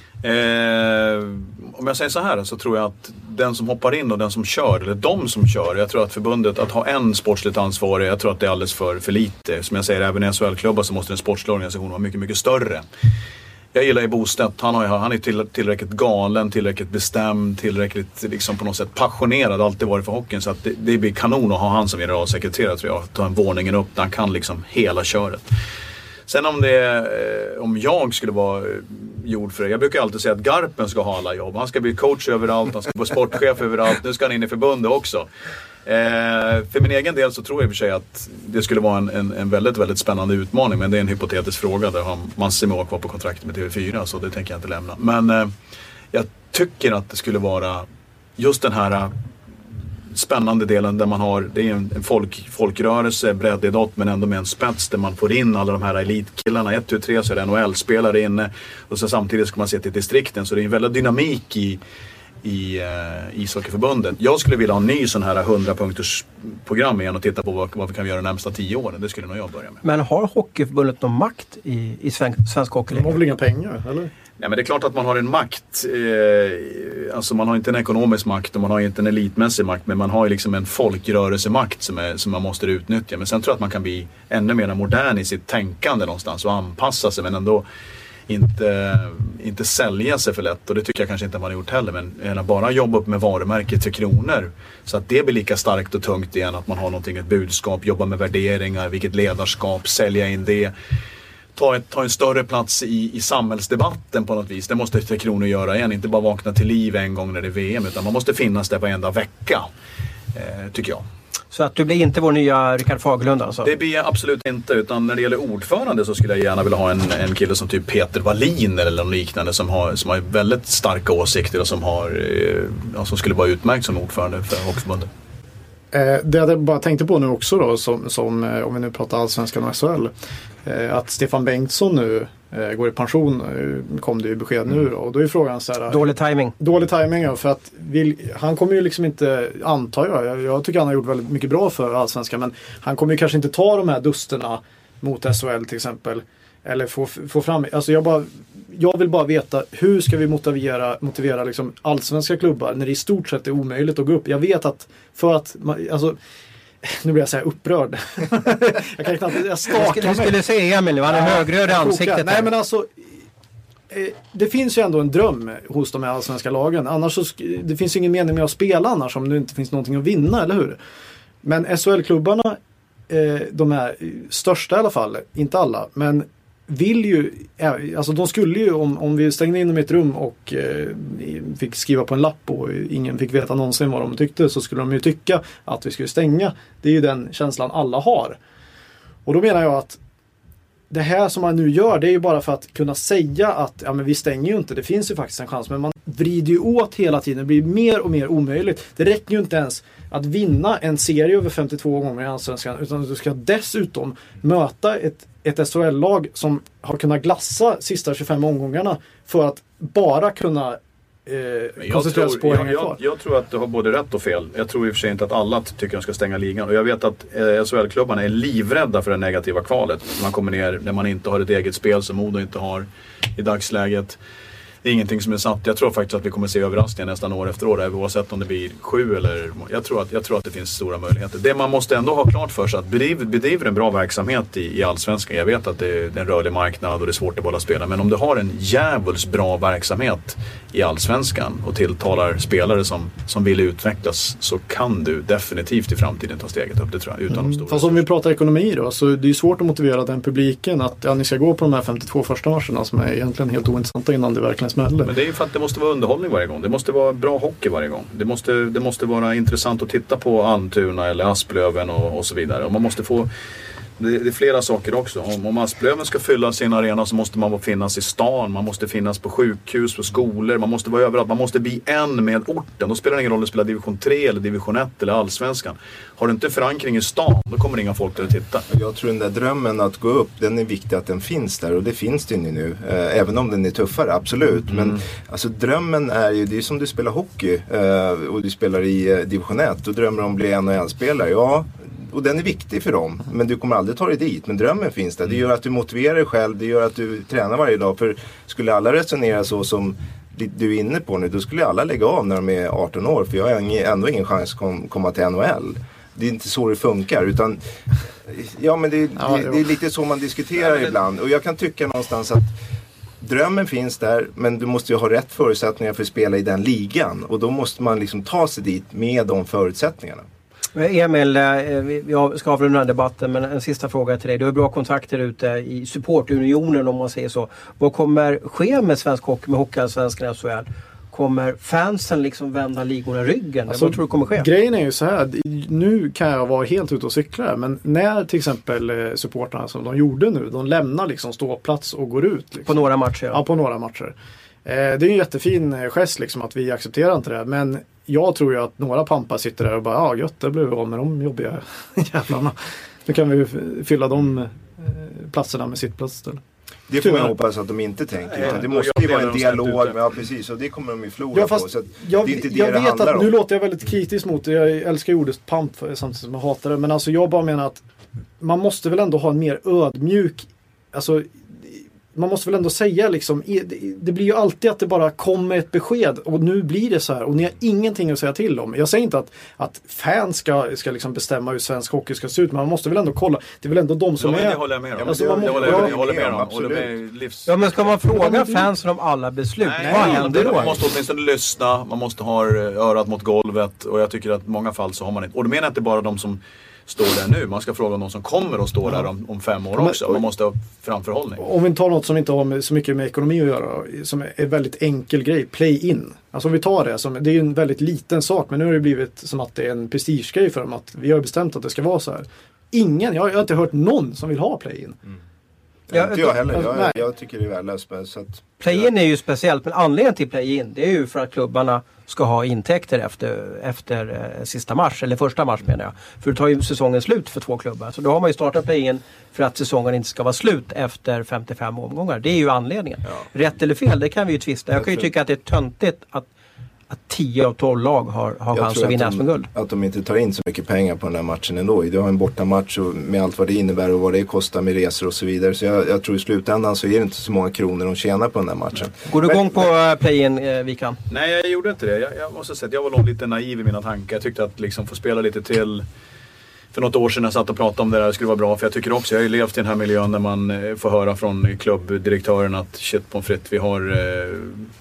Eh, om jag säger så här så tror jag att den som hoppar in och den som kör, eller de som kör, jag tror att förbundet, att ha en sportsligt ansvarig, jag tror att det är alldeles för, för lite. Som jag säger, även i S H L-klubbar så måste en sportslig organisation vara mycket, mycket större. Jag gillar ju Bostedt, han, har, han är till, tillräckligt galen, tillräckligt bestämd, tillräckligt liksom på något sätt passionerad, alltid varit för hockeyn. Så att det, det blir kanon att ha han som generalsekreterare, tror jag. Ta en våningen upp där han kan liksom hela köret. Sen om det om jag skulle vara gjord för det. Jag brukar alltid säga att Garpen ska ha alla jobb. Han ska bli coach överallt, han ska vara sportchef överallt. Nu ska han in i förbundet också. Eh, för min egen del så tror jag i och för sig att det skulle vara en, en, en väldigt, väldigt spännande utmaning. Men det är en hypotetisk fråga. Där har Massimo år kvar på kontraktet med T V fyra, så det tänker jag inte lämna. Men eh, jag tycker att det skulle vara just den här spännande delen där man har, det är en, en folk, folkrörelse, breddidrott, men ändå med en spets där man får in alla de här elitkillarna, ett, två, tre, så är det N H L-spelare inne och så samtidigt ska man se till distrikten, så det är en väldigt dynamik i i uh, ishockeyförbundet. Jag skulle vilja ha en ny sån här hundra-punkters program igen och titta på vad, vad vi kan göra de närmsta tio åren. Det skulle nog jag börja med. Men har Hockeyförbundet någon makt i, i svensk, svensk hockey? De har väl inga pengar, eller? Nej, men det är klart att man har en makt. Eh, alltså man har inte en ekonomisk makt och man har inte en elitmässig makt, men man har ju liksom en folkrörelsemakt som, är, som man måste utnyttja. Men sen tror jag att man kan bli ännu mer modern i sitt tänkande någonstans och anpassa sig, men ändå inte, inte sälja sig för lätt. Och det tycker jag kanske inte man har gjort heller, men bara jobba upp med varumärket till kronor så att det blir lika starkt och tungt igen, att man har någonting, ett budskap, jobba med värderingar, vilket ledarskap, sälja in det. Ta, ett, ta en större plats i, i samhällsdebatten på något vis. Det måste Tre Kronor göra igen. Inte bara vakna till liv en gång när det är V M, utan man måste finnas där varenda vecka, eh, tycker jag. Så att du blir inte vår nya Rickard Fagerlund alltså? Det blir jag absolut inte, utan när det gäller ordförande så skulle jag gärna vilja ha en, en kille som typ Peter Wallin eller något liknande som har, som har väldigt starka åsikter och som, har, eh, som skulle vara utmärkt som ordförande för Hockeyförbundet. Eh, det jag bara tänkte på nu också då, som, som eh, om vi nu pratar allsvenskan och S H L, eh, att Stefan Bengtsson nu eh, går i pension, eh, kom det ju besked nu då, och då är frågan så här, dålig timing. Dålig timing, ja, för att vill, han kommer ju liksom inte, antar jag, jag, jag tycker han har gjort väldigt mycket bra för allsvenskan, men han kommer ju kanske inte ta de här dusterna mot S H L till exempel, eller få, få fram, alltså jag bara jag vill bara veta, hur ska vi motivera, motivera liksom allsvenska klubbar när det i stort sett är omöjligt att gå upp. Jag vet att för att, alltså, nu blir jag så här upprörd. jag kan knappt, jag stakar mig. Du skulle säga Emil nu, han är ja, högröd i ansiktet. Nej, men alltså, eh, det finns ju ändå en dröm hos de här allsvenska lagen. Annars så, det finns ju ingen mening med att spela annars om det inte finns någonting att vinna, eller hur? Men S H L-klubbarna, eh, de är största i alla fall, inte alla, men vill ju, alltså de skulle ju, om, om vi stängde in dem i ett rum och eh, fick skriva på en lapp och ingen fick veta någonsin vad de tyckte, så skulle de ju tycka att vi skulle stänga. Det är ju den känslan alla har. Och då menar jag att det här som man nu gör, det är ju bara för att kunna säga att ja, men vi stänger ju inte, det finns ju faktiskt en chans, men man vrider ju åt hela tiden, det blir mer och mer omöjligt. Det räcker ju inte ens att vinna en serie över femtiotvå gånger i Allsvenskan, utan du ska dessutom möta ett, ett S H L-lag som har kunnat glassa sista tjugofem omgångarna för att bara kunna Eh, jag, tror, jag, jag, jag tror att du har både rätt och fel. Jag tror i och för sig inte att alla tycker att de ska stänga ligan. Och jag vet att eh, S H L-klubbarna är livrädda för det negativa kvalet. Man kommer ner när man inte har ett eget spel som Modo inte har i dagsläget. Det är ingenting som är satt. Jag tror faktiskt att vi kommer se överraskningar nästan år efter år, oavsett om det blir sju eller... Jag tror att, jag tror att det finns stora möjligheter. Det man måste ändå ha klart för sig att bedriver, bedriver en bra verksamhet i, i Allsvenskan. Jag vet att det är en rörlig marknad och det är svårt att bolla spela. Men om du har en jävligt bra verksamhet i Allsvenskan och tilltalar spelare som, som vill utvecklas, så kan du definitivt i framtiden ta steget upp. Det tror jag, utan mm. de stora. Fast om vi pratar ekonomi då, så det är svårt att motivera den publiken att ja, ni ska gå på de här femtiotvå första matcherna som är egentligen helt ointressanta innan det verkligen smäller. Men det är ju för att det måste vara underhållning varje gång. Det måste vara bra hockey varje gång. Det måste, det måste vara intressant att titta på Almtuna eller Asplöven och, och så vidare. Och man måste få... Det, det är flera saker också. Om, om Asplöven ska fylla sin arena så måste man finnas i stan. Man måste finnas på sjukhus, på skolor. Man måste vara överallt. Man måste bli en med orten. Då spelar det ingen roll om du spelar division tre eller division ett eller Allsvenskan. Har du inte förankring i stan, då kommer inga folk där att titta. Jag tror den där drömmen att gå upp, den är viktig att den finns där. Och det finns det ju nu. Eh, även om den är tuffare, absolut. Mm. Men alltså drömmen är ju, det är som du spelar hockey eh, och du spelar i eh, division ett. Då drömmer om att bli en och en spelare. Ja, och den är viktig för dem. Men du kommer aldrig ta dig dit. Men drömmen finns där. Det gör att du motiverar dig själv. Det gör att du tränar varje dag. För skulle alla resonera så som du är inne på nu, då skulle alla lägga av när de är arton år. För jag har ändå ingen chans att kom, komma till N H L. Det är inte så det funkar. Utan, ja, men det, ja, det, det är lite så man diskuterar ja, ibland. Och jag kan tycka någonstans att drömmen finns där, men du måste ju ha rätt förutsättningar för att spela i den ligan. Och då måste man liksom ta sig dit med de förutsättningarna. Emil, vi ska avrunda den här debatten, men en sista fråga till dig. Du har bra kontakter ute i supportunionen, om man säger så. Vad kommer ske med svensk hockey, med Hockeyallsvenskan och S H L? Kommer fansen liksom vända ligorna ryggen? Alltså, vad tror du kommer ske? Grejen är ju så här, nu kan jag vara helt ute och cykla, men när till exempel supportarna som de gjorde nu, de lämnar liksom ståplats och går ut. Liksom. På några matcher? Ja, på några matcher. Eh, det är en jättefin gest liksom att vi accepterar inte det, men jag tror ju att några pampar sitter där och bara, ja gött, det blev av med de jobbiga jävlarna. Nu kan vi fylla de eh, platserna med sittplats istället. Det får man hoppas att de inte tänker. Utan det måste ju vara en dialog. Ja, precis. Och det kommer de ju förlora ja, fast på. Så att jag, det är inte det jag det vet handlar att om. nu låter jag väldigt kritisk mot det. Jag älskar ordet pamp samtidigt som jag hatar det. Men alltså jag bara menar att man måste väl ändå ha en mer ödmjuk... Alltså... Man måste väl ändå säga liksom, det blir ju alltid att det bara kommer ett besked och nu blir det så här och ni har ingenting att säga till om. Jag säger inte att, att fans ska, ska liksom bestämma hur svensk hockey ska se ut, men man måste väl ändå kolla. Det är väl ändå de som ja, är... Det håller jag med om. Alltså, det, man det, må, håller, ja, jag håller med om. Absolut. Livs... Ja, men ska man fråga fansen om alla beslut? Nej, vad händer då? Man måste åtminstone lyssna, man måste ha örat mot golvet och jag tycker att i många fall så har man inte. Och det menar inte bara de som står där nu. Man ska fråga om de som kommer att stå där om, om fem år också. Man måste ha framförhållning. Om vi tar något som inte har med, så mycket med ekonomi att göra, som är en väldigt enkel grej, play-in. Alltså om vi tar det, som, det är ju en väldigt liten sak, men nu har det blivit som att det är en prestigegrej för dem att vi har bestämt att det ska vara så här. Ingen, jag, jag har inte hört någon som vill ha play-in. Mm. Ja, inte jag heller. Jag, jag, jag tycker det är värdelöst. Så att... Play-in är ju speciellt, men anledningen till play-in det är ju för att klubbarna ska ha intäkter efter, efter eh, sista mars, eller första mars menar jag. För det tar ju säsongen slut för två klubbar. Så då har man ju startat play-in för att säsongen inte ska vara slut efter femtiofem omgångar. Det är ju anledningen. Ja. Rätt eller fel, det kan vi ju tvista. Jag kan ju tycka att det är töntigt att att tio av tolv lag har, har chans att vinna S M-guld. Att de inte tar in så mycket pengar på den här matchen ändå. Du har en bortamatch och med allt vad det innebär och vad det kostar med resor och så vidare. Så jag, jag tror i slutändan så är det inte så många kronor de tjänar på den här matchen. Går du igång på uh, play-in, uh, Vikan? Nej, jag gjorde inte det. Jag, jag måste säga att jag var nog lite naiv i mina tankar. Jag tyckte att liksom få spela lite till... För något år sedan jag satt och pratade om det där, det skulle vara bra. För jag tycker också, jag har ju levt i den här miljön när man eh, får höra från klubbdirektören att shit pommes frites, vi har... Eh,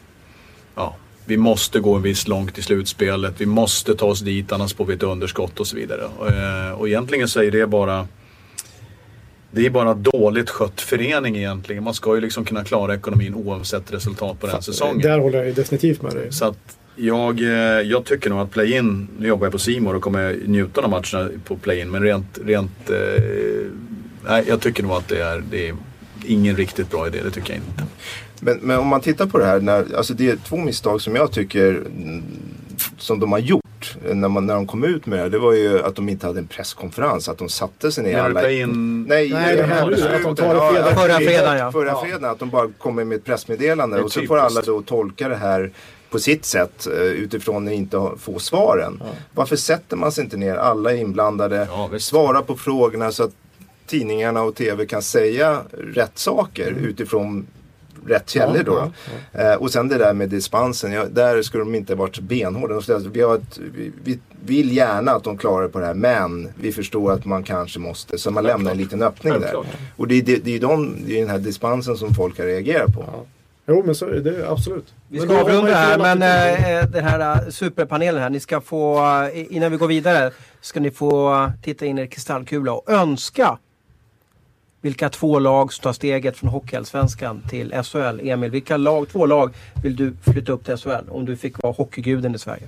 ja... Vi måste gå en viss långt i slutspelet. Vi måste ta oss dit, annars får vi ett underskott och så vidare. Och, och egentligen så är det bara... Det är bara dåligt skött förening egentligen. Man ska ju liksom kunna klara ekonomin oavsett resultat på den här säsongen. Där håller jag ju definitivt med dig. Så att jag, jag tycker nog att play-in... Nu jobbar jag på C More och kommer njuta av matcherna på play-in. Men rent... rent eh, nej, jag tycker nog att det är... Det är ingen riktigt bra idé, det tycker jag inte. Men, men om man tittar på det här, när, alltså det är två misstag som jag tycker som de har gjort när, man, när de kom ut med det. Det var ju att de inte hade en presskonferens, att de satte sig ner Men alla... in... Nej, Nej, det här det, att de tar det fredag. Förra fredagen, ja. Förra fredagen, att de bara kommer med ett pressmeddelande Det är och så typiskt. får alla då tolka det här på sitt sätt utifrån att inte få svaren. Ja. Varför sätter man sig inte ner, alla inblandade, Ja, svara på frågorna så att tidningarna och tv kan säga rätt saker mm. utifrån rätt källor då. Ja, ja, ja. Eh, och sen det där med dispensen, ja, där skulle de inte varit benhårda. Vi, har ett, vi, vi vill gärna att de klarar på det här, men vi förstår att man kanske måste, så man lämnar en liten öppning där. Och det är, det, det är de, det är den här dispensen som folk har reagerat på. Ja. Jo, men så är det absolut. Vi ska avrunda här, men äh, den här äh, superpanelen här, ni ska få, äh, innan vi går vidare, ska ni få äh, titta in i kristallkula och önska vilka två lag som tar steget från Hockeyallsvenskan till S H L. Emil, vilka lag, två lag vill du flytta upp till S H L om du fick vara hockeyguden i Sverige?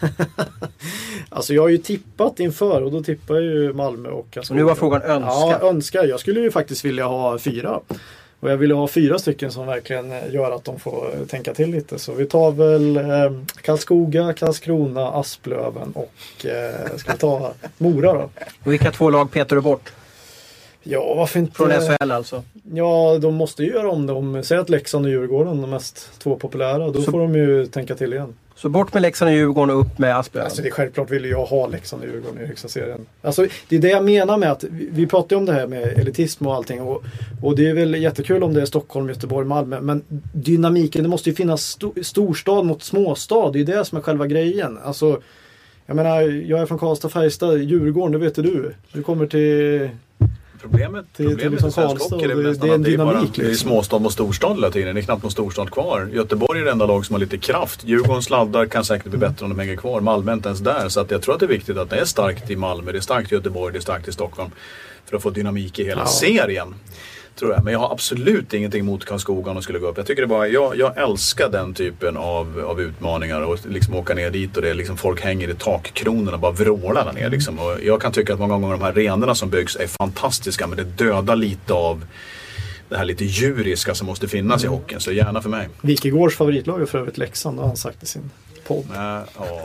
Alltså jag har ju tippat inför och då tippar jag ju Malmö och Karlskoga. Och nu var frågan önska. Ja, önska. Jag skulle ju faktiskt vilja ha fyra. Och jag vill ha fyra stycken som verkligen gör att de får tänka till lite. Så vi tar väl eh, Karlskoga, Karlskrona, Asplöven och eh, ska vi ta Mora då. Och vilka två lag petar du bort? Ja, varför inte? Från S H L alltså? Ja, de måste ju göra om det. Om säg att Leksand och Djurgården är de mest två populära. Då så, får de ju tänka till igen. Så bort med Leksand och Djurgården och upp med Asplöven? Alltså det är självklart vill jag ha Leksand och Djurgården i högsta serien. Alltså det är det jag menar med att vi, vi pratar ju om det här med elitism och allting. Och, och det är väl jättekul om det är Stockholm, Göteborg, Malmö. Men dynamiken, det måste ju finnas sto, storstad mot småstad. Det är ju det som är själva grejen. Alltså, jag menar, jag är från Karlstad, Färjestad, Djurgården, det vet du. Du kommer till... Problemet, till, problemet till liksom i svensk Karlstad, hockey är det, det, det är en det är bara, dynamik. det är liksom. småstad mot storstad hela tiden. Det är knappt någon storstad kvar. Göteborg är det enda lag som har lite kraft. Djurgården sladdar, kan säkert bli bättre om de hänger kvar. Malmö är inte ens där. Så att jag tror att det är viktigt att det är starkt i Malmö, det är starkt i Göteborg, det är starkt i Stockholm. För att få dynamik i hela Ja. serien. Tror jag. Men jag har absolut ingenting mot Karlskoga om de skulle gå upp. Jag tycker det bara, jag, jag älskar den typen av, av utmaningar och liksom åka ner dit och det är liksom folk hänger i takkronorna och bara vrålar där ner liksom. Och jag kan tycka att många gånger de här arenorna som byggs är fantastiska, men det dödar lite av det här lite djuriska som måste finnas i hockeyn, så gärna för mig. Wikegårds favoritlag är för övrigt Leksand, har han sagt i sin podd. Äh, ja.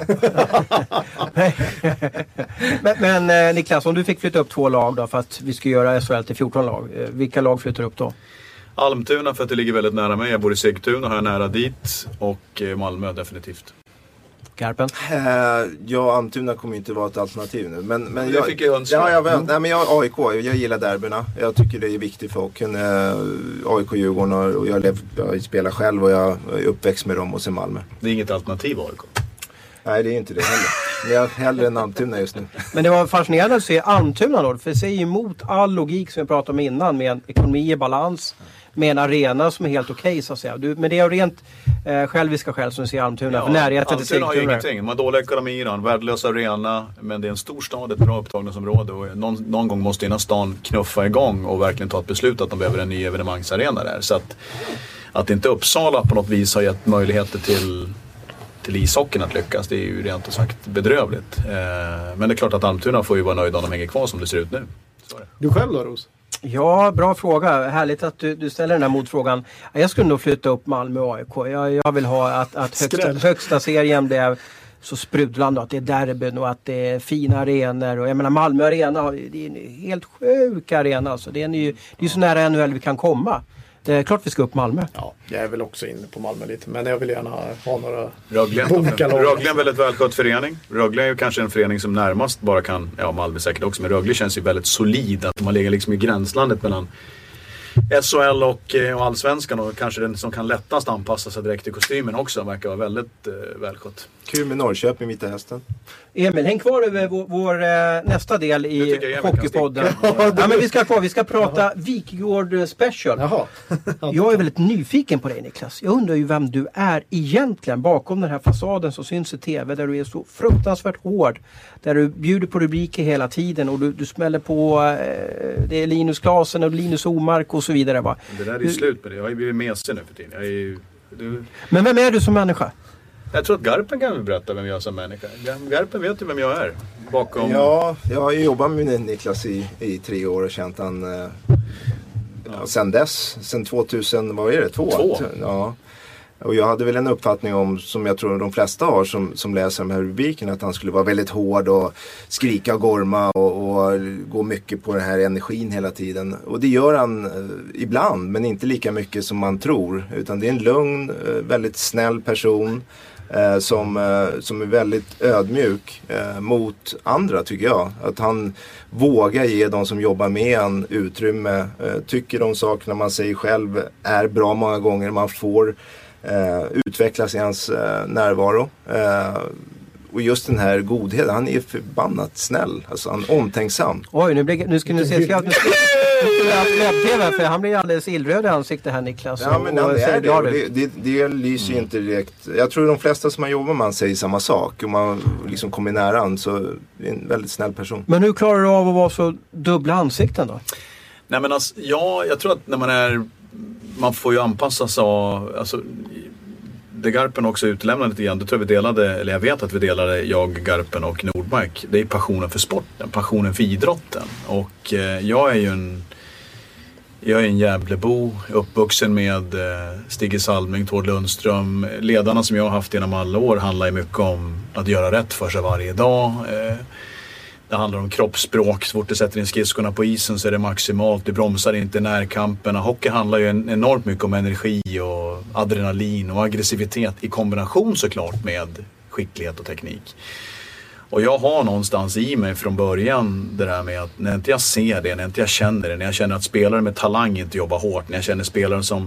men men eh, Niklas, om du fick flytta upp två lag då, för att vi ska göra S H L till fjorton lag. Eh, vilka lag flyttar upp då? Almtuna för att det ligger väldigt nära mig. Jag bor i Sigtuna, har jag nära dit. Och eh, Malmö definitivt. Garpen? Uh, ja, Almtuna kommer inte vara ett alternativ nu. Men, men det jag, fick jag önska. Ja, jag vet. Mm. Nej, men jag A I K. Jag gillar derbyna. Jag tycker det är viktigt för hockeyn. Uh, A I K-Djurgården och jag, lev, jag spelar själv och jag är uppväxt med dem och sen Malmö. Det är inget alternativ A I K. Nej, det är inte det heller. Men jag är hellre än Almtuna just nu. Men det var fascinerande att se Almtuna då. För det säger emot all logik som vi pratade om innan med en ekonomi i balans. Med en arena som är helt okej okay, så att säga. Du, men det är rent eh, själviska skäl som du ser Almtuna. Ja, för närheten till Almtuna har ju Sigtuna. ingenting. De har dålig ekonomi, en värdelös arena. Men det är en stor stad, ett bra upptagningsområde. Och någon, någon gång måste innan stan knuffa igång och verkligen ta ett beslut att de behöver en ny evenemangsarena där. Så att, att inte Uppsala på något vis har gett möjligheter till... till ishockeyn att lyckas, det är ju rent och sagt bedrövligt. Eh, men det är klart att Almtuna får ju vara nöjda om de hänger kvar som det ser ut nu. Så är det. Du själv då, Ros? Ja, bra fråga. Härligt att du, du ställer den här motfrågan. Jag skulle nog flytta upp Malmö och A I K. Jag, jag vill ha att, att högsta, högsta serien blev så sprudlande, att det är derbyn och att det är fina arenor. Och jag menar Malmö arena, det är en helt sjuk arena. Alltså. Det är ju det är så nära N H L vi kan komma. Det är klart vi ska upp Malmö. Ja, jag är väl också inne på Malmö lite. Men jag vill gärna ha några Rögle bunkalag. Rögle är en väldigt välskött förening. Rögle är ju kanske en förening som närmast bara kan, ja Malmö säkert också, men Rögle känns ju väldigt solid. Att man ligger liksom i gränslandet mellan S H L och, och Allsvenskan och kanske den som kan lättast anpassa sig direkt i kostymen också. Verkar vara väldigt eh, välskött. Kul med Norrköping, Vita Hästen. Emil, häng kvar över vår, vår eh, nästa del i Hockeypodden. Ja, ja, men vi ska kvar. Vi ska prata Wikegård special. Jaha. Jag är väldigt nyfiken på dig, Niklas. Jag undrar ju vem du är egentligen bakom den här fasaden som syns i tv, där du är så fruktansvärt hård. Där du bjuder på rubriker hela tiden och du, du smäller på eh, det är Linus Klasen och Linus Omark och så vidare. Va? Det där är ju du, slut med det. Jag har ju blivit mesig nu för tiden. Jag är ju, du... Men vem är du som människa? Jag tror att Garpen kan väl berätta vem jag är som människa. Garpen vet ju vem jag är. Bakom... Ja, jag har ju jobbat med Niklas i, i tre år och känt han... Eh, ja. Sen dess, sen tvåtusen, vad är det? Två? Två. Ja. Och jag hade väl en uppfattning om, som jag tror de flesta har som, som läser de här rubrikerna, att han skulle vara väldigt hård och skrika och gorma och, och gå mycket på den här energin hela tiden. Och det gör han eh, ibland, men inte lika mycket som man tror. Utan det är en lugn, eh, väldigt snäll person eh, som, eh, som är väldigt ödmjuk eh, mot andra, tycker jag. Att han vågar ge de som jobbar med han utrymme, eh, tycker de sakerna man säger själv är bra många gånger. Man får Uh, utvecklas i hans uh, närvaro. Uh, och just den här godheten, han är förbannat snäll. Alltså han är omtänksam. Oj, nu, blir, nu ska ni se, ska jag, nu ska jag, för han blir alldeles illröd i ansiktet här, Niklas. Ja, men och, och det, är det, och det, det, det lyser ju mm. inte direkt. Jag tror de flesta som man jobbar med säger samma sak. Om man liksom kommer nära han, så är det en väldigt snäll person. Men hur klarar du av att vara så dubbla ansikten då? Nej men alltså, ja, jag tror att när man är, man får ju anpassa sig av, alltså det Garpen också utelämnade lite grann, det tror jag vi delade, eller jag vet att vi delade, jag, Garpen och Nordmark, det är passionen för sporten, passionen för idrotten. Och eh, jag är ju en jag är en Gävlebo, uppvuxen med eh, Stig Salming, Tord Lundström. Ledarna som jag har haft genom alla år handlar ju mycket om att göra rätt för sig varje dag. Eh, Det handlar om kroppsspråk. Så fort du sätter in skridskorna på isen så är det maximalt. Du bromsar inte närkamperna. Hockey handlar ju enormt mycket om energi och adrenalin och aggressivitet i kombination såklart med skicklighet och teknik. Och jag har någonstans i mig från början det där med att när inte jag ser det, när inte jag känner det, när jag känner att spelare med talang inte jobbar hårt, när jag känner spelare som,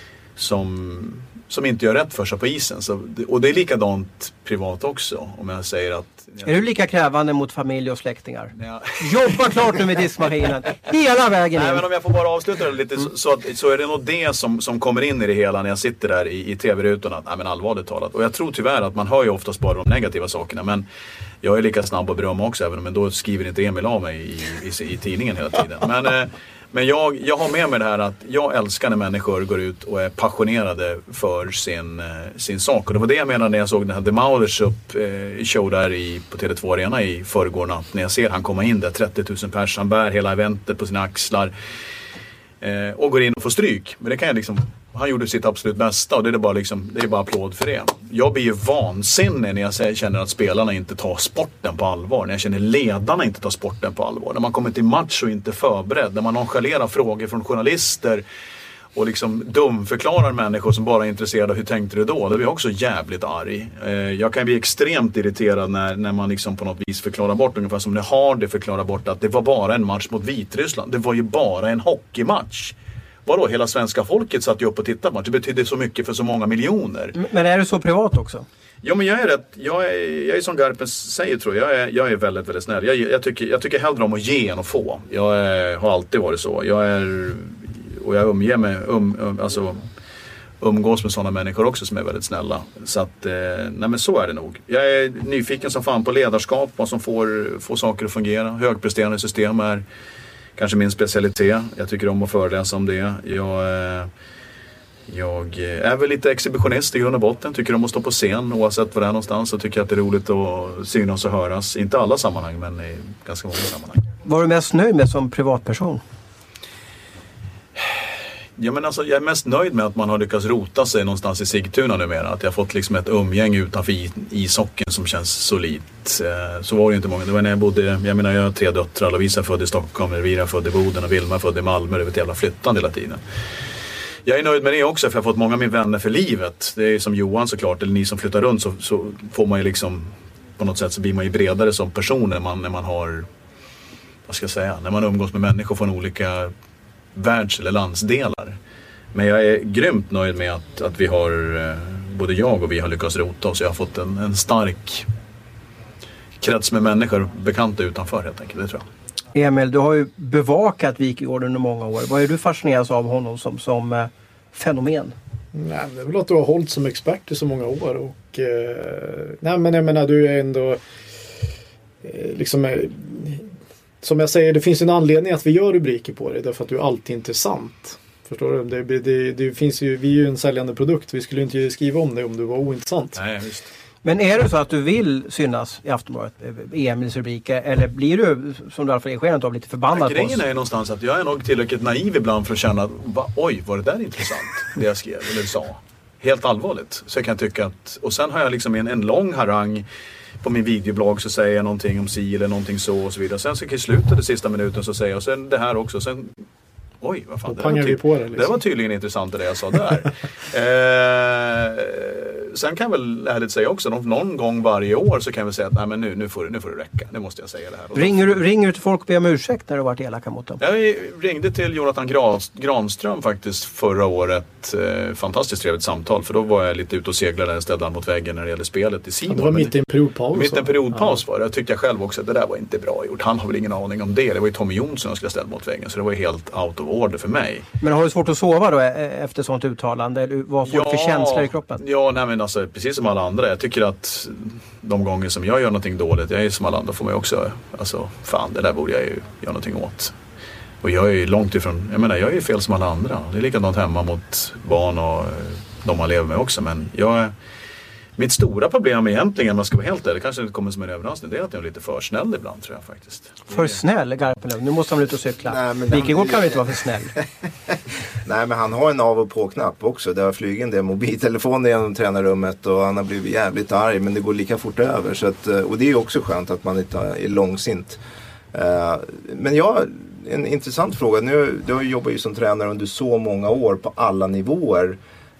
som, som inte gör rätt för sig på isen. Så, och det är likadant privat också, om jag säger att... Är du lika krävande mot familj och släktingar? Ja. Jobba klart nu med diskmaskinen. Hela vägen in. Nej, men om jag får bara avsluta det lite så, så, att, så är det nog det som, som kommer in i det hela när jag sitter där i, i tv-rutorna. Nej, men allvarligt talat. Och jag tror tyvärr att man hör ju oftast bara de negativa sakerna. Men jag är lika snabb att berömma också, även om då skriver inte Emil av mig i, i, i tidningen hela tiden. Men, eh, men jag, jag har med mig det här att jag älskar när människor går ut och är passionerade för sin, eh, sin sak. Och det var det jag menade när jag såg den här The Maulers upp eh, show där i, på Tele två Arena i förrgår natt. När jag ser han komma in där, trettio tusen pers, han bär hela eventet på sina axlar. Eh, och går in och får stryk. Men det kan jag liksom... Han gjorde sitt absolut bästa och det är bara, liksom, det är bara applåd för det. Jag blir ju vansinnig när jag känner att spelarna inte tar sporten på allvar. När jag känner ledarna inte tar sporten på allvar. När man kommer till match och inte är förberedd. När man nonchalerar frågor från journalister och liksom dumförklarar människor som bara är intresserade av hur tänkte du då. Då blir jag också jävligt arg. Jag kan bli extremt irriterad när, när man liksom på något vis förklarar bort, ungefär som det har det förklarar bort att det var bara en match mot Vitryssland. Det var ju bara en hockeymatch. Vadå, hela svenska folket satt ju upp och tittade på match. Det betyder så mycket för så många miljoner. Men är du så privat också? Ja, men jag är rätt, jag är, jag är som Garpen säger, tror jag. Jag är, jag är väldigt, väldigt snäll. Jag, jag, tycker, jag tycker hellre om att ge än att få. Jag är, har alltid varit så. Jag är, och jag umger med, um, um, alltså, umgås med sådana människor också som är väldigt snälla. Så att, eh, nej men så är det nog. Jag är nyfiken som fan på ledarskap, vad som får, får saker att fungera. Högpresterande system är kanske min specialitet. Jag tycker om att föreläsa om det. Jag, jag är väl lite exhibitionist i grund och botten. Tycker om att stå på scen oavsett var det är någonstans. Och tycker att det är roligt att synas och höras. Inte alla sammanhang, men i ganska många sammanhang. Var du mest nöjd med som privatperson? Ja, men alltså, jag är mest nöjd med att man har lyckats rota sig någonstans i Sigtuna numera. Att jag har fått liksom ett umgäng utanför ishockeyn som känns solidt. Så var det ju inte många. Det var när jag bodde, jag menar jag har tre döttrar. Lovisa är född i Stockholm, Elvira är född i Boden och Vilma är född i Malmö. Det är ett jävla flyttande hela tiden. Jag är nöjd med det också, för jag har fått många av mina vänner för livet. Det är som Johan såklart, eller ni som flyttar runt, så, så får man ju liksom, på något sätt så blir man ju bredare som person när man, när man har, vad ska jag säga, när man umgås med människor från olika världs- eller landsdelar. Men jag är grymt nöjd med att, att vi har, både jag och vi har lyckats rota oss. Jag har fått en, en stark krets med människor bekanta utanför, helt enkelt, det tror jag. Emil, du har ju bevakat Wikegård under många år. Vad är du fascinerad av honom som, som eh, fenomen? Nej, det är väl att du har hållit som expert i så många år. Och, eh, nej, men jag menar, du är ändå eh, liksom... Eh, som jag säger, det finns en anledning att vi gör rubriker på det. Därför att du är alltid intressant. Förstår du? Det, det, det finns ju, vi är ju en säljande produkt. Vi skulle inte skriva om det om du var ointressant. Nej, visst. Men är det så att du vill synas i Aftonbladet, E M:s rubriker, eller blir du, som du i alla fall är skenet av, lite förbannad ja, på oss? Grejen är någonstans att jag är nog tillräckligt naiv ibland för att känna, va, oj, var det där intressant, det jag skrev eller sa? Helt allvarligt. Så jag kan tycka att, och sen har jag liksom en, en lång harang på min videoblogg, så säger jag någonting om si eller någonting så och så vidare. Sen så i slutet av sista minuten så säger jag, och sen det här också, sen oj, vad fan, det var, ty- på det, liksom. det var tydligen intressant det jag sa där. eh, sen kan jag väl ärligt säga också, någon gång varje år så kan jag väl säga att nej, men nu, nu, får, nu får det räcka, nu måste jag säga det här. Ringer du, ringer du till folk och ber om ursäkt när du varit elaka mot dem? Jag ringde till Jonathan Granström faktiskt förra året. Eh, fantastiskt trevligt samtal, för då var jag lite ute och seglade där, ställde mot väggen när det gällde spelet i Simon. Ja, det var mitt i en periodpaus. Mitt i en periodpaus ja. var det. Jag tyckte jag själv också att det där var inte bra gjort. Han har väl ingen aning om det. Det var ju Tommy Jonsson jag skulle ställa mot väggen, så det var ju helt out of order för mig. Men har du svårt att sova då efter sånt uttalande? Eller vad får ja, du för känslor i kroppen? Ja, nej men alltså precis som alla andra. Jag tycker att de gånger som jag gör någonting dåligt, jag är som alla andra, får man ju också, alltså fan, det där borde jag ju göra någonting åt. Och jag är ju långt ifrån, jag menar jag är ju fel som alla andra. Det är likadant hemma mot barn och de man lever med också. Men jag, mitt stora problem egentligen, om man ska vara helt ärlig, det kanske inte kommer som en överraskning, det är att jag är lite för snäll ibland, tror jag faktiskt. För snäll, Garpenlöv? Nu måste han ut och cykla. Wikegård kan ju inte vara för snäll. Nej, men han har en av- och på-knapp också. Det har flugit en del mobiltelefoner genom tränarrummet och han har blivit jävligt arg, men det går lika fort över. Så att, och det är ju också skönt att man inte är långsint. Men jag, en intressant fråga. Nu, du har jobbat ju som tränare under så många år på alla nivåer.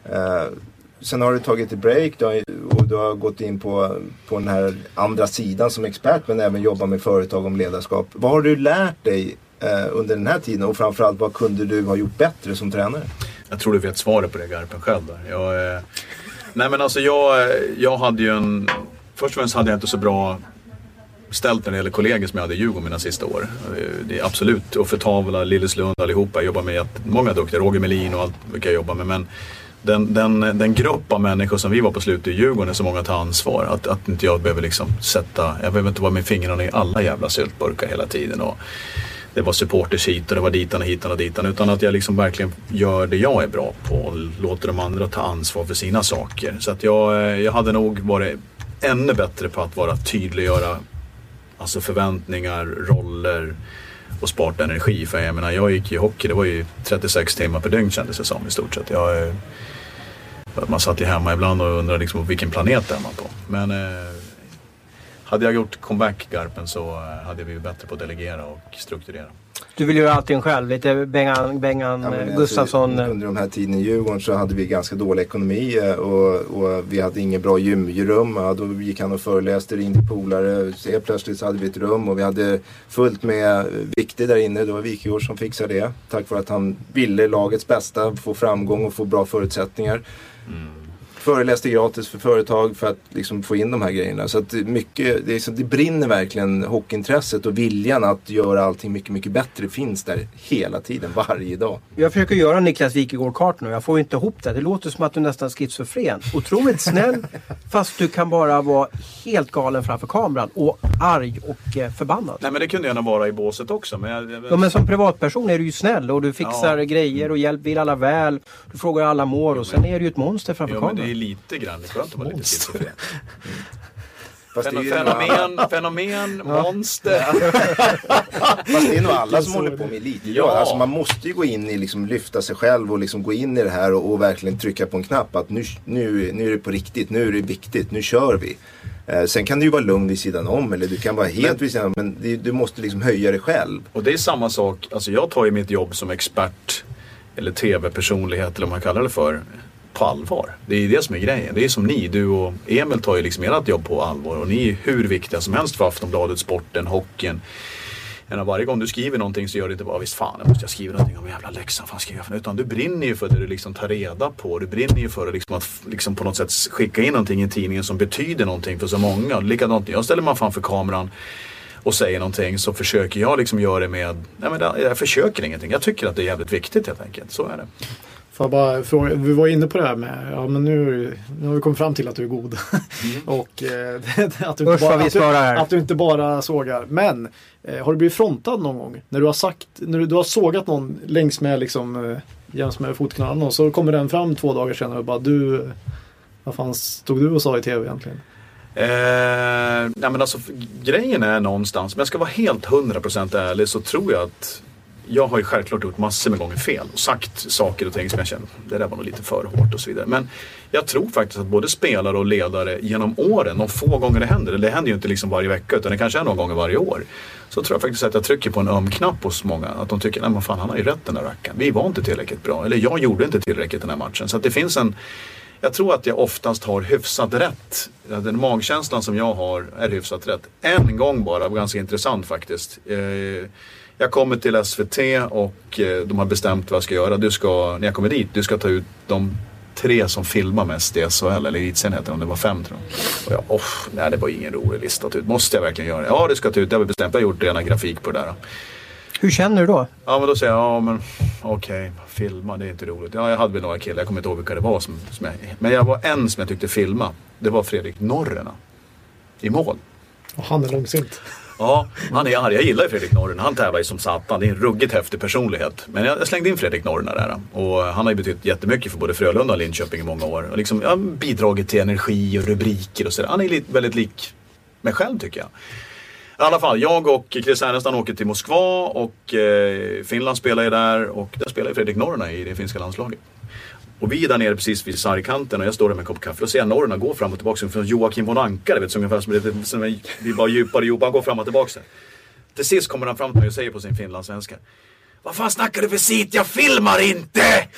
Sen har du tagit ett break du har, och du har gått in på, på den här andra sidan som expert, men även jobbat med företag om ledarskap. Vad har du lärt dig eh, under den här tiden, och framförallt vad kunde du ha gjort bättre som tränare? Jag tror du vet svaret på det, Garpen, själv där. Jag, eh, nej men alltså jag, jag hade ju en, först och främst hade jag inte så bra ställt när det gäller kollegor som jag hade i Djurgården mina sista år. Det är absolut, och för Tavla, Lilleslund, allihopa, jag jobbar med många duktiga, Roger Melin och allt vilka jag jobbar med, men Den, den, den grupp av människor som vi var på slutet i Djurgården är så många tar ansvar. Att, att inte jag behöver liksom sätta, jag behöver inte vara med fingrarna i alla jävla syltburkar hela tiden. Och det var supporters hit och det var ditan och hitan och ditan. Utan att jag liksom verkligen gör det jag är bra på och låter de andra ta ansvar för sina saker. Så att jag, jag hade nog varit ännu bättre på att vara tydliggöra alltså förväntningar, roller och sparta energi. För jag menar, jag gick i hockey, det var ju trettiosex timmar per dygn kändes det som i stort sett. Jag, man satt ju hemma ibland och undrade liksom vilken planet är man på. Men eh, hade jag gjort comeback, Garpen, så hade vi ju bättre på att delegera och strukturera. Du vill göra allting själv, lite Bengan, Bengan ja, Gustafsson. Alltså, under de här tiden i Djurgården så hade vi ganska dålig ekonomi och, och vi hade ingen bra gymrum. Ja, då gick han och föreläste, ringde polare. Så plötsligt så hade vi ett rum och vi hade fullt med vikter där inne. Det var Wikegård som fixade det. Tack vare att han ville lagets bästa, få framgång och få bra förutsättningar. Mm. Föreläste gratis för företag för att liksom få in de här grejerna. Så att mycket, det, är så, det brinner verkligen hockeyintresset, och viljan att göra allting mycket, mycket bättre finns där hela tiden, varje dag. Jag försöker göra Niklas Wikegård-kartan och jag får inte ihop det. Det låter som att du nästan är schizofren. Otroligt snäll, fast du kan bara vara helt galen framför kameran och arg och eh, förbannad. Nej, men det kunde gärna vara i båset också. Men, jag, jag... Ja, men som privatperson är du ju snäll och du fixar ja. grejer och hjälp, vill alla väl. Du frågar alla mår, och sen är du ju ett monster framför jo, kameran. Men det är lite grann, det skönt att vara lite schizofren. Mm. Fenomen, fenomen, fenomen ja. monster. Fast det är nog alla som håller på med elitidrott. Ja. Alltså man måste ju gå in i, liksom, lyfta sig själv och liksom gå in i det här och, och verkligen trycka på en knapp att nu, nu, nu är det på riktigt, nu är det viktigt, nu kör vi. Eh, sen kan du ju vara lugn vid sidan om, eller du kan vara helt men, vid sidan om, men det, du måste liksom höja dig själv. Och det är samma sak, alltså jag tar ju mitt jobb som expert eller tv-personlighet eller vad man kallar det för, på allvar. Det är det som är grejen. Det är som ni, du och Emil tar ju liksom ert jobb på allvar, och ni är hur viktiga som helst för Aftonbladet, sporten, hockeyn. Ena varje gång du skriver någonting så gör det inte bara visst fan, jag måste jag skriva någonting om jävla läxan, fan skriver jag för, utan du brinner ju för det du liksom tar reda på. Du brinner ju för liksom att liksom på något sätt skicka in någonting i tidningen som betyder någonting för så många. Likadant, jag ställer mig framför kameran och säger någonting, så försöker jag liksom göra det med, nej men jag försöker ingenting. Jag tycker att det är jävligt viktigt helt enkelt. Så är det. Får jag bara fråga, vi var inne på det här med, ja men nu, nu har vi kommit fram till att du är god. Mm. och eh, att, du inte bara, att, du, att du inte bara sågar. Men eh, har du blivit frontad någon gång? När du har sagt, när du, du har sågat någon längs med liksom eh, jäms med fotknölen, och så kommer den fram två dagar senare och bara, du, vad fan stod du och sa i tv egentligen? Eh, nej men alltså grejen är någonstans, men jag ska vara helt hundra procent ärlig, så tror jag att jag har ju självklart gjort massor med gånger fel och sagt saker och ting som jag känner, det där var nog lite för hårt och så vidare. Men jag tror faktiskt att både spelare och ledare genom åren, de få gånger det händer, det händer ju inte liksom varje vecka utan det kanske är någon gånger varje år, så tror jag faktiskt att jag trycker på en öm knapp hos många, att de tycker, nej men fan han har ju rätt den där rackaren, vi var inte tillräckligt bra, eller jag gjorde inte tillräckligt den här matchen. Så att det finns en, jag tror att jag oftast har hyfsat rätt. Den magkänslan som jag har är hyfsat rätt. En gång bara, ganska intressant faktiskt. Jag kommer till S V T och de har bestämt vad jag ska göra. Du ska, när jag kommer dit, du ska ta ut de tre som filmar mest i S H L, eller Elitserien heter om det var fem tror jag. Och jag, oh, nej det var ingen rolig lista att ta ut. Måste jag verkligen göra det? Ja, det ska ta ut, jag har bestämt, jag har gjort rena grafik på det där. Hur känner du då? Ja, men då säger jag, ja men okej, okay, filma, det är inte roligt. Ja, jag hade väl några killar, jag kommer inte ihåg vilka det var som, som jag, men jag var en som jag tyckte filma. Det var Fredrik Norrena i mål. Och han är långsint. Ja, han är arg. Jag gillar Fredrik Norrena. Han tävlar ju som satan. Det är en ruggigt häftig personlighet. Men jag slängde in Fredrik Norrena där. Och han har ju betytt jättemycket för både Frölunda och Linköping i många år. Och liksom, ja, bidragit till energi och rubriker och sådär. Han är lite, väldigt lik mig själv tycker jag. I alla fall, jag och Chris Ernestam åker till Moskva och eh, Finland spelar ju där. Och där spelar ju Fredrik Norrena i det finska landslaget. Och vi är där nere precis vid sargkanten och jag står där med en kopp kaffe och ser Norrena gå fram och tillbaka från Joakim von Anka, vet, som ungefär som det, som vi bara djupare och djupare, han går fram och tillbaka. Till sist kommer han fram till mig och säger på sin finlandssvenska: vad fan snackar du för sit? Jag filmar inte!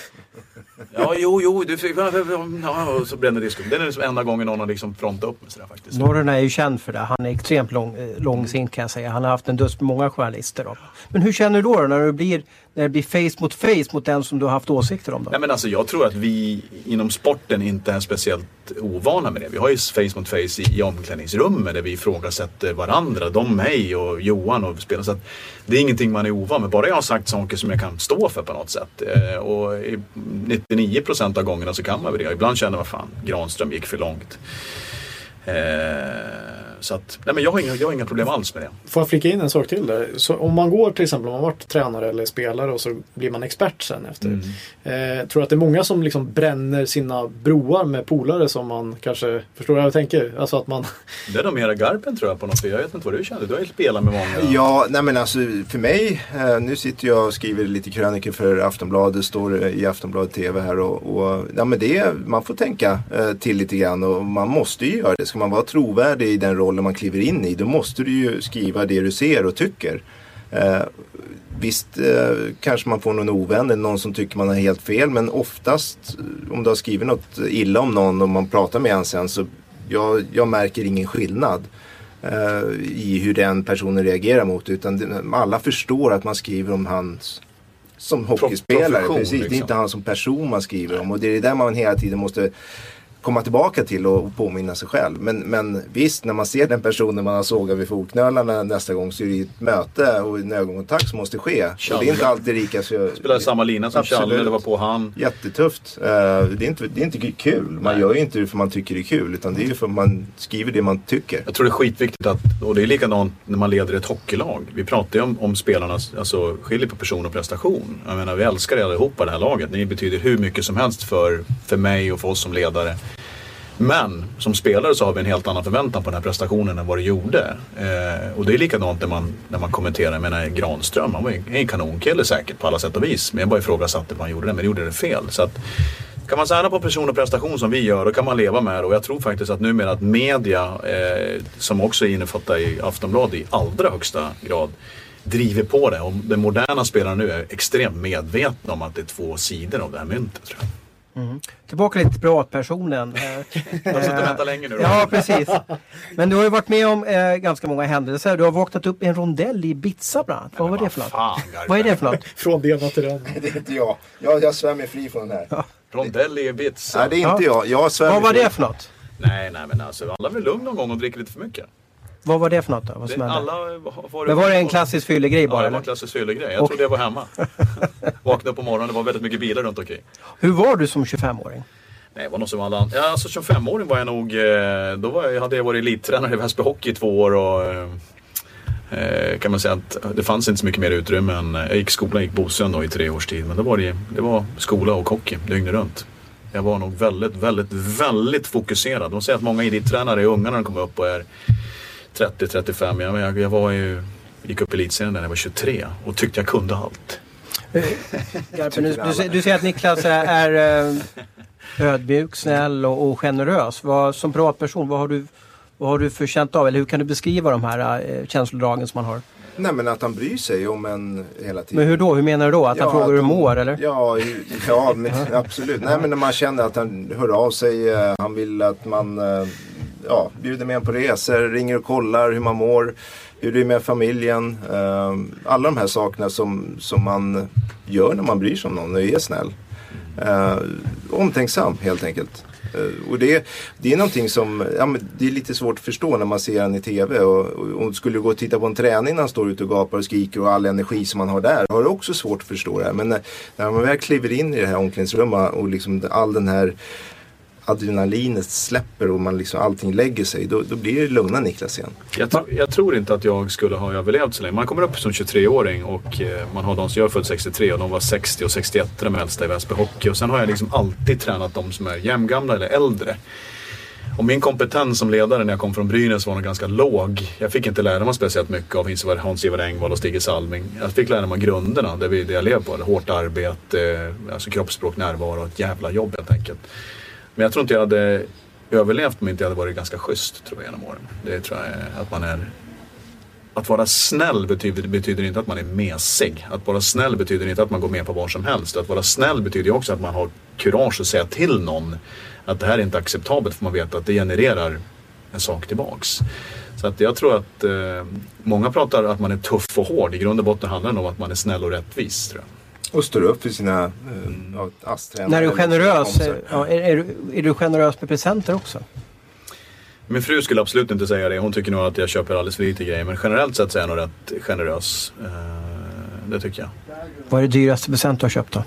Ja, jo, jo, du fick... Ja, och så bränner diskussionen. Det är liksom enda gången någon har liksom frontat upp med sådär faktiskt. Norrena är ju känd för det. Han är extremt lång, långsint kan jag säga. Han har haft en dust med många journalister då. Men hur känner du då, då när, du blir, när det blir face mot face mot den som du har haft åsikter om då? Nej, men alltså jag tror att vi inom sporten inte är speciellt ovana med det. Vi har ju face mot face i, i omklädningsrummet där vi ifrågasätter varandra. De, mig och Johan och spelar. Så att det är ingenting man är ovan med. Bara jag har sagt saker som jag kan stå för på något sätt. Eh, och i nittionio procent av gångerna så kan man väl det. Ibland känner man fan, Granström gick för långt. Eh, så att, nej men jag har, inga, jag har inga problem alls med det. Får jag flika in en sak till där? Så om man går till exempel, om man har varit tränare eller spelare och så blir man expert sen efter. Mm. Eh, tror att det är många som liksom bränner sina broar med polare som man kanske, förstår vad jag tänker? Alltså att man... Det är de mera Garpen tror jag på något sätt. Jag vet inte vad du känner. Du har ju spelat med många. Ja, nej men alltså för mig, eh, nu sitter jag och skriver lite krönikor för Aftonbladet, står i Aftonbladet T V här och, och ja, men det, man får tänka eh, till lite grann och man måste ju göra det. Ska man vara trovärdig i den rollen man kliver in i, då måste du ju skriva det du ser och tycker. Eh, visst eh, kanske man får någon ovän eller någon som tycker man har helt fel, men oftast om du har skrivit något illa om någon och man pratar med en sen, så jag, jag märker ingen skillnad eh, i hur den personen reagerar mot, utan det, alla förstår att man skriver om hans som hockeyspelare, precis. Liksom. Det är inte han som person man skriver om, och det är det där man hela tiden måste komma tillbaka till och påminna sig själv. Men, men visst, när man ser den personen man har sågat vid fotknölarna nästa gång, så är det ett möte och en ögonkontakt som måste ske. Och det är inte alltid lika så... Spelar samma lina som Challe, det var på han. Jättetufft. Uh, det, är inte, det är inte kul. Man Nej. gör ju inte det för man tycker det är kul, utan det är ju för man skriver det man tycker. Jag tror det är skitviktigt att, och det är likadant när man leder ett hockeylag. Vi pratar ju om, om spelarnas, alltså skiljer på person och prestation. Jag menar, vi älskar er allihopa det här laget. Ni betyder hur mycket som helst för, för mig och för oss som ledare. Men som spelare så har vi en helt annan förväntan på den här prestationen än vad det gjorde. Eh, och det är likadant när man, när man kommenterar. Jag menar, Granström, han var en kanonkille säkert på alla sätt och vis. Men jag bara ifrågasatte vad han gjorde det, men det gjorde det fel. Så att, kan man säga på person och prestation som vi gör, då kan man leva med det. Och jag tror faktiskt att numera att media, eh, som också är innefattat i Aftonbladet i allra högsta grad, driver på det. Och den moderna spelaren nu är extremt medvetna om att det är två sidor av det här myntet, tror jag. Mm. Tillbaka lite till privatpersonen. Jag har suttit och väntat länge nu då. Ja, precis. Men du har ju varit med om eh, ganska många händelser. Du har vaknat upp i en rondell i Ibiza bland annat. Vad var det för något? Fan, vad är det för något? Från det ena till det andra. Det är inte jag. Jag, jag svämmer fri från den här. Ja. Rondell i Ibiza. Nej, det är inte ja. jag. Jag svämmer Vad var fri. det för något? Nej, nej men alltså, alla är väl lugn någon gång och dricker lite för mycket. Vad var det för något då? Vad som det, hände? alla var, Men var det en klassisk fyllegrej bara? Ja, det var eller? en klassisk fyllegrej. Jag Och... trodde jag var hemma. Vaknade upp på morgonen, det var väldigt mycket bilar runt omkring. Hur var du som tjugofemåring? Nej, det var nog som alla andra. Ja, alltså tjugofemåring var jag nog... Då var jag, hade jag varit elittränare i Väsby Hockey i två år och... Eh, kan man säga att det fanns inte så mycket mer utrymme än... Jag gick skolan, gick Bosön då i tre års tid. Men då var det, det var skola och hockey dygnet runt. Jag var nog väldigt, väldigt, väldigt fokuserad. De säger att många elittränare är unga när de kommer upp och är trettio till trettiofem. Jag, jag, jag var ju, gick upp i elitserien när jag var tjugotre och tyckte jag kunde allt. Garpen, du, du, du säger att Niklas är, är ödmjuk, snäll och, och generös. Vad, som privatperson, vad har, du, vad har du för känt av? Eller hur kan du beskriva de här äh, känslodragen som man har? Nej, men att han bryr sig om en hela tiden. Men hur då? Hur menar du då? Att ja, han frågar hur du mår, eller? Ja, ja men, absolut. Nej, men när man känner att han hör av sig, han vill att man ja, bjuder med på resor, ringer och kollar hur man mår, hur det är med familjen. Alla de här sakerna som, som man gör när man bryr sig om någon och är snäll. Omtänksam, helt enkelt. Och det, det är någonting som ja, men det är lite svårt att förstå när man ser han i tv och, och, och skulle du gå och titta på en träning när han står ute och gapar och skriker och all energi som han har där, har det också svårt att förstå det här. Men när, när man väl kliver in i det här omklädningsrummet och liksom all den här adrenalinet släpper och man liksom allting lägger sig, då, då blir det lugna Niklas igen. Jag, tro, jag tror inte att jag skulle ha överlevt så länge. Man kommer upp som tjugotre-åring och eh, man har de som jag är född sextiotre och de var sextio och sextioett de äldsta i Väsby Hockey. Och sen har jag liksom alltid tränat de som är jämngamla eller äldre. Och min kompetens som ledare när jag kom från Brynäs var nog ganska låg. Jag fick inte lära mig speciellt mycket av Hans-Ivar Engvall och Stig Salming. Jag fick lära mig grunderna, det, vi, det jag lever på. Det hårt arbete, alltså kroppsspråk, närvaro och ett jävla jobb helt enkelt. Men jag tror inte jag hade överlevt om inte jag hade varit ganska schysst, tror jag, genom åren. Det tror jag att man är... Att vara snäll betyder, betyder inte att man är mesig. Att vara snäll betyder inte att man går med på vad som helst. Att vara snäll betyder också att man har kurage att säga till någon att det här är inte acceptabelt, för man vet att det genererar en sak tillbaks. Så att jag tror att eh, många pratar att man är tuff och hård. I grund och botten handlar det om att man är snäll och rättvis, tror jag. Och står upp för sina äh, asttränare. När du är generös, ja, är, är, du, är du generös med presenter också? Min fru skulle absolut inte säga det. Hon tycker nog att jag köper alldeles för lite grejer. Men generellt sett så är jag nog rätt generös. Uh, det tycker jag. Vad är det dyraste present du har köpt då?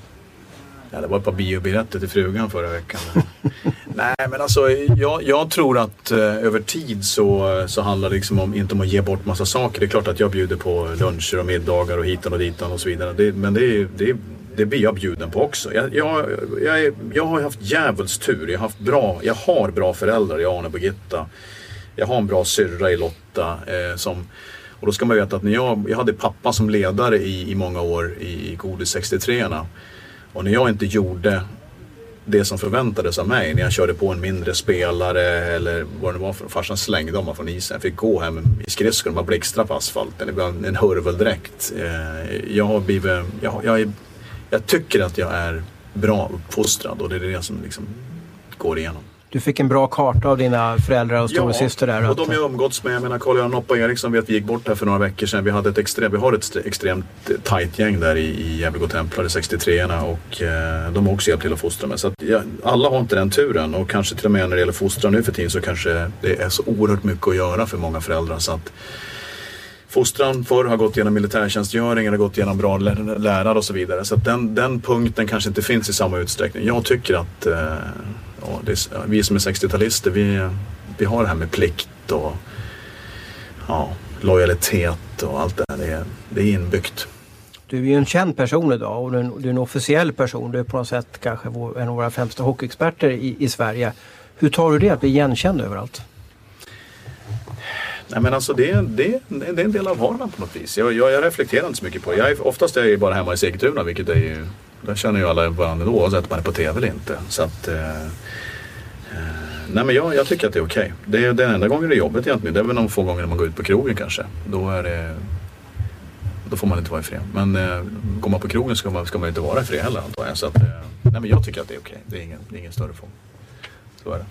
Ja, det var ett par biobiljetter till frugan förra veckan. Nej, men alltså jag, jag tror att uh, över tid så, så handlar det liksom om, inte om att ge bort massa saker. Det är klart att jag bjuder på luncher och middagar och hitan och ditan och så vidare. Det, men det, är, det, det blir jag bjuden på också. Jag, jag, jag, är, jag har haft djävulstur. Jag har haft bra, jag har bra föräldrar i Arne och Birgitta. Jag har en bra syrra i Lotta. Eh, som, och då ska man veta att när jag, jag hade pappa som ledare i, i många år i, i Godis sextiotre-orna. Och när jag inte gjorde det som förväntades av mig, när jag körde på en mindre spelare eller vad det var, för farsan slängde dem från isen. Jag fick gå hem i skridskor och bara blixtra på asfalten. Det var en hurveldräkt. Jag har blivit, jag, jag, är, jag tycker att jag är bra uppfostrad och det är det som liksom går igenom. Du fick en bra karta av dina föräldrar och storasyster där. Ja, och de jag umgåtts med. Jag menar, Carl-Göran Noppa Eriksson vet vi gick bort här för några veckor sedan. Vi, hade ett extrem, vi har ett extremt tajt gäng där i, i Gävle Templare sextiotre-orna och eh, de har också hjälpt till att fostra med. Så att, ja, alla har inte den turen och kanske till och med när det gäller fostran nu för tiden så kanske det är så oerhört mycket att göra för många föräldrar. Så att fostran förr har gått igenom militärtjänstgöring, har gått igenom bra lärare och så vidare. Så att den, den punkten kanske inte finns i samma utsträckning. Jag tycker att eh, ja, det är, vi som är sextiotalister, vi, vi har det här med plikt och ja, lojalitet och allt det här. Det är, det är inbyggt. Du är ju en känd person idag och du är en, du är en officiell person. Du är på något sätt kanske vår, en av våra främsta hockeyexperter i, i Sverige. Hur tar du det att bli igenkänd överallt? Nej, men alltså det, det, det är en del av vardagen på något vis. Jag, jag, jag reflekterar inte så mycket på det. Jag är, oftast är jag bara hemma i Sigtuna, vilket är ju, där känner ju alla varandra då, oavsett om man är på tv eller inte. Så att, eh, eh, nej men jag, jag tycker att det är okej. Det är den enda gången det är jobbet egentligen. Det är väl någon få gånger när man går ut på krogen kanske. Då är det, då får man inte vara i fred. Men eh, går man på krogen ska man, ska man inte vara i fred heller, antar jag. Så att, eh, nej men jag tycker att det är okej. Det är ingen, det är ingen större fråga. Så är det.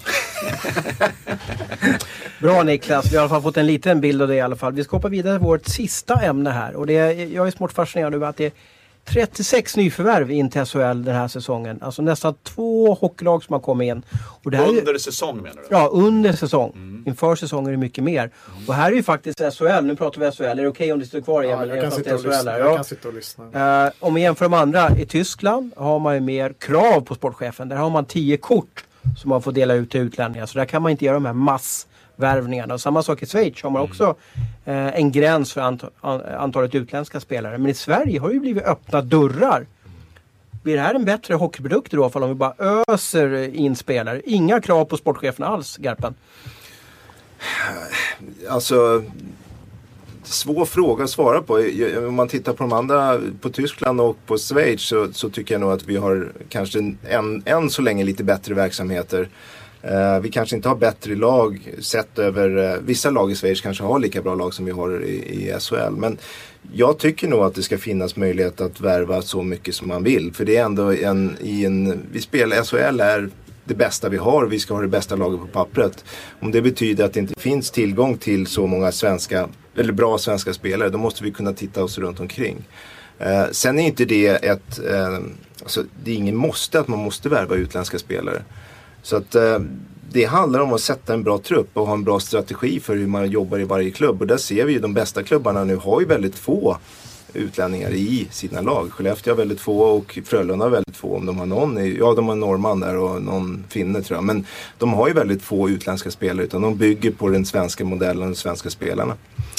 Bra Niklas, vi har i alla fall fått en liten bild av det i alla fall. Vi ska hoppa vidare till vårt sista ämne här. Och det är, jag är smått fascinerad över att det är trettiosex nyförvärv in till S H L den här säsongen. Alltså nästan två hockeylag som har kommit in. Och det här under är, säsong menar du? Ja, under säsong. Mm. Inför säsongen är det mycket mer. Mm. Och här är ju faktiskt S H L, nu pratar vi S H L. Är det okej okay om det står kvar igen? Ja, jag, kan sitta, och lyssna. jag kan sitta och lyssna. Uh, om vi jämför de andra, i Tyskland har man ju mer krav på sportchefen. Där har man tio kort som man får dela ut till utlänningar. Så där kan man inte göra de här massvärvningarna. Och samma sak i Schweiz har man också eh, en gräns för ant- an- antalet utländska spelare. Men i Sverige har det ju blivit öppna dörrar Blir det här en bättre hockeyprodukt då om vi bara öser in spelare? Inga krav på sportchefen alls, Garpen? Alltså, svår fråga att svara på. Om man tittar på de andra, på Tyskland och på Schweiz, så, så tycker jag nog att vi har kanske en, än så länge lite bättre verksamheter. Uh, vi kanske inte har bättre lag sett över, uh, vissa lag i Schweiz kanske har lika bra lag som vi har i, i S H L. Men jag tycker nog att det ska finnas möjlighet att värva så mycket som man vill. För det är ändå en, i en, vi spelar, S H L är det bästa vi har, vi ska ha det bästa laget på pappret. Om det betyder att det inte finns tillgång till så många svenska, eller bra svenska spelare, då måste vi kunna titta oss runt omkring. Uh, sen är inte det ett, uh, alltså, det är ingen måste att man måste värva utländska spelare. Så att uh, det handlar om att sätta en bra trupp och ha en bra strategi för hur man jobbar i varje klubb. Och där ser vi ju de bästa klubbarna nu har ju väldigt få utlänningar i sina lag. Skellefteå har väldigt få och Frölunda har väldigt få. Om de har någon, ja de har en norrman där och någon finne tror jag. Men de har ju väldigt få utländska spelare, utan de bygger på den svenska modellen och de svenska spelarna.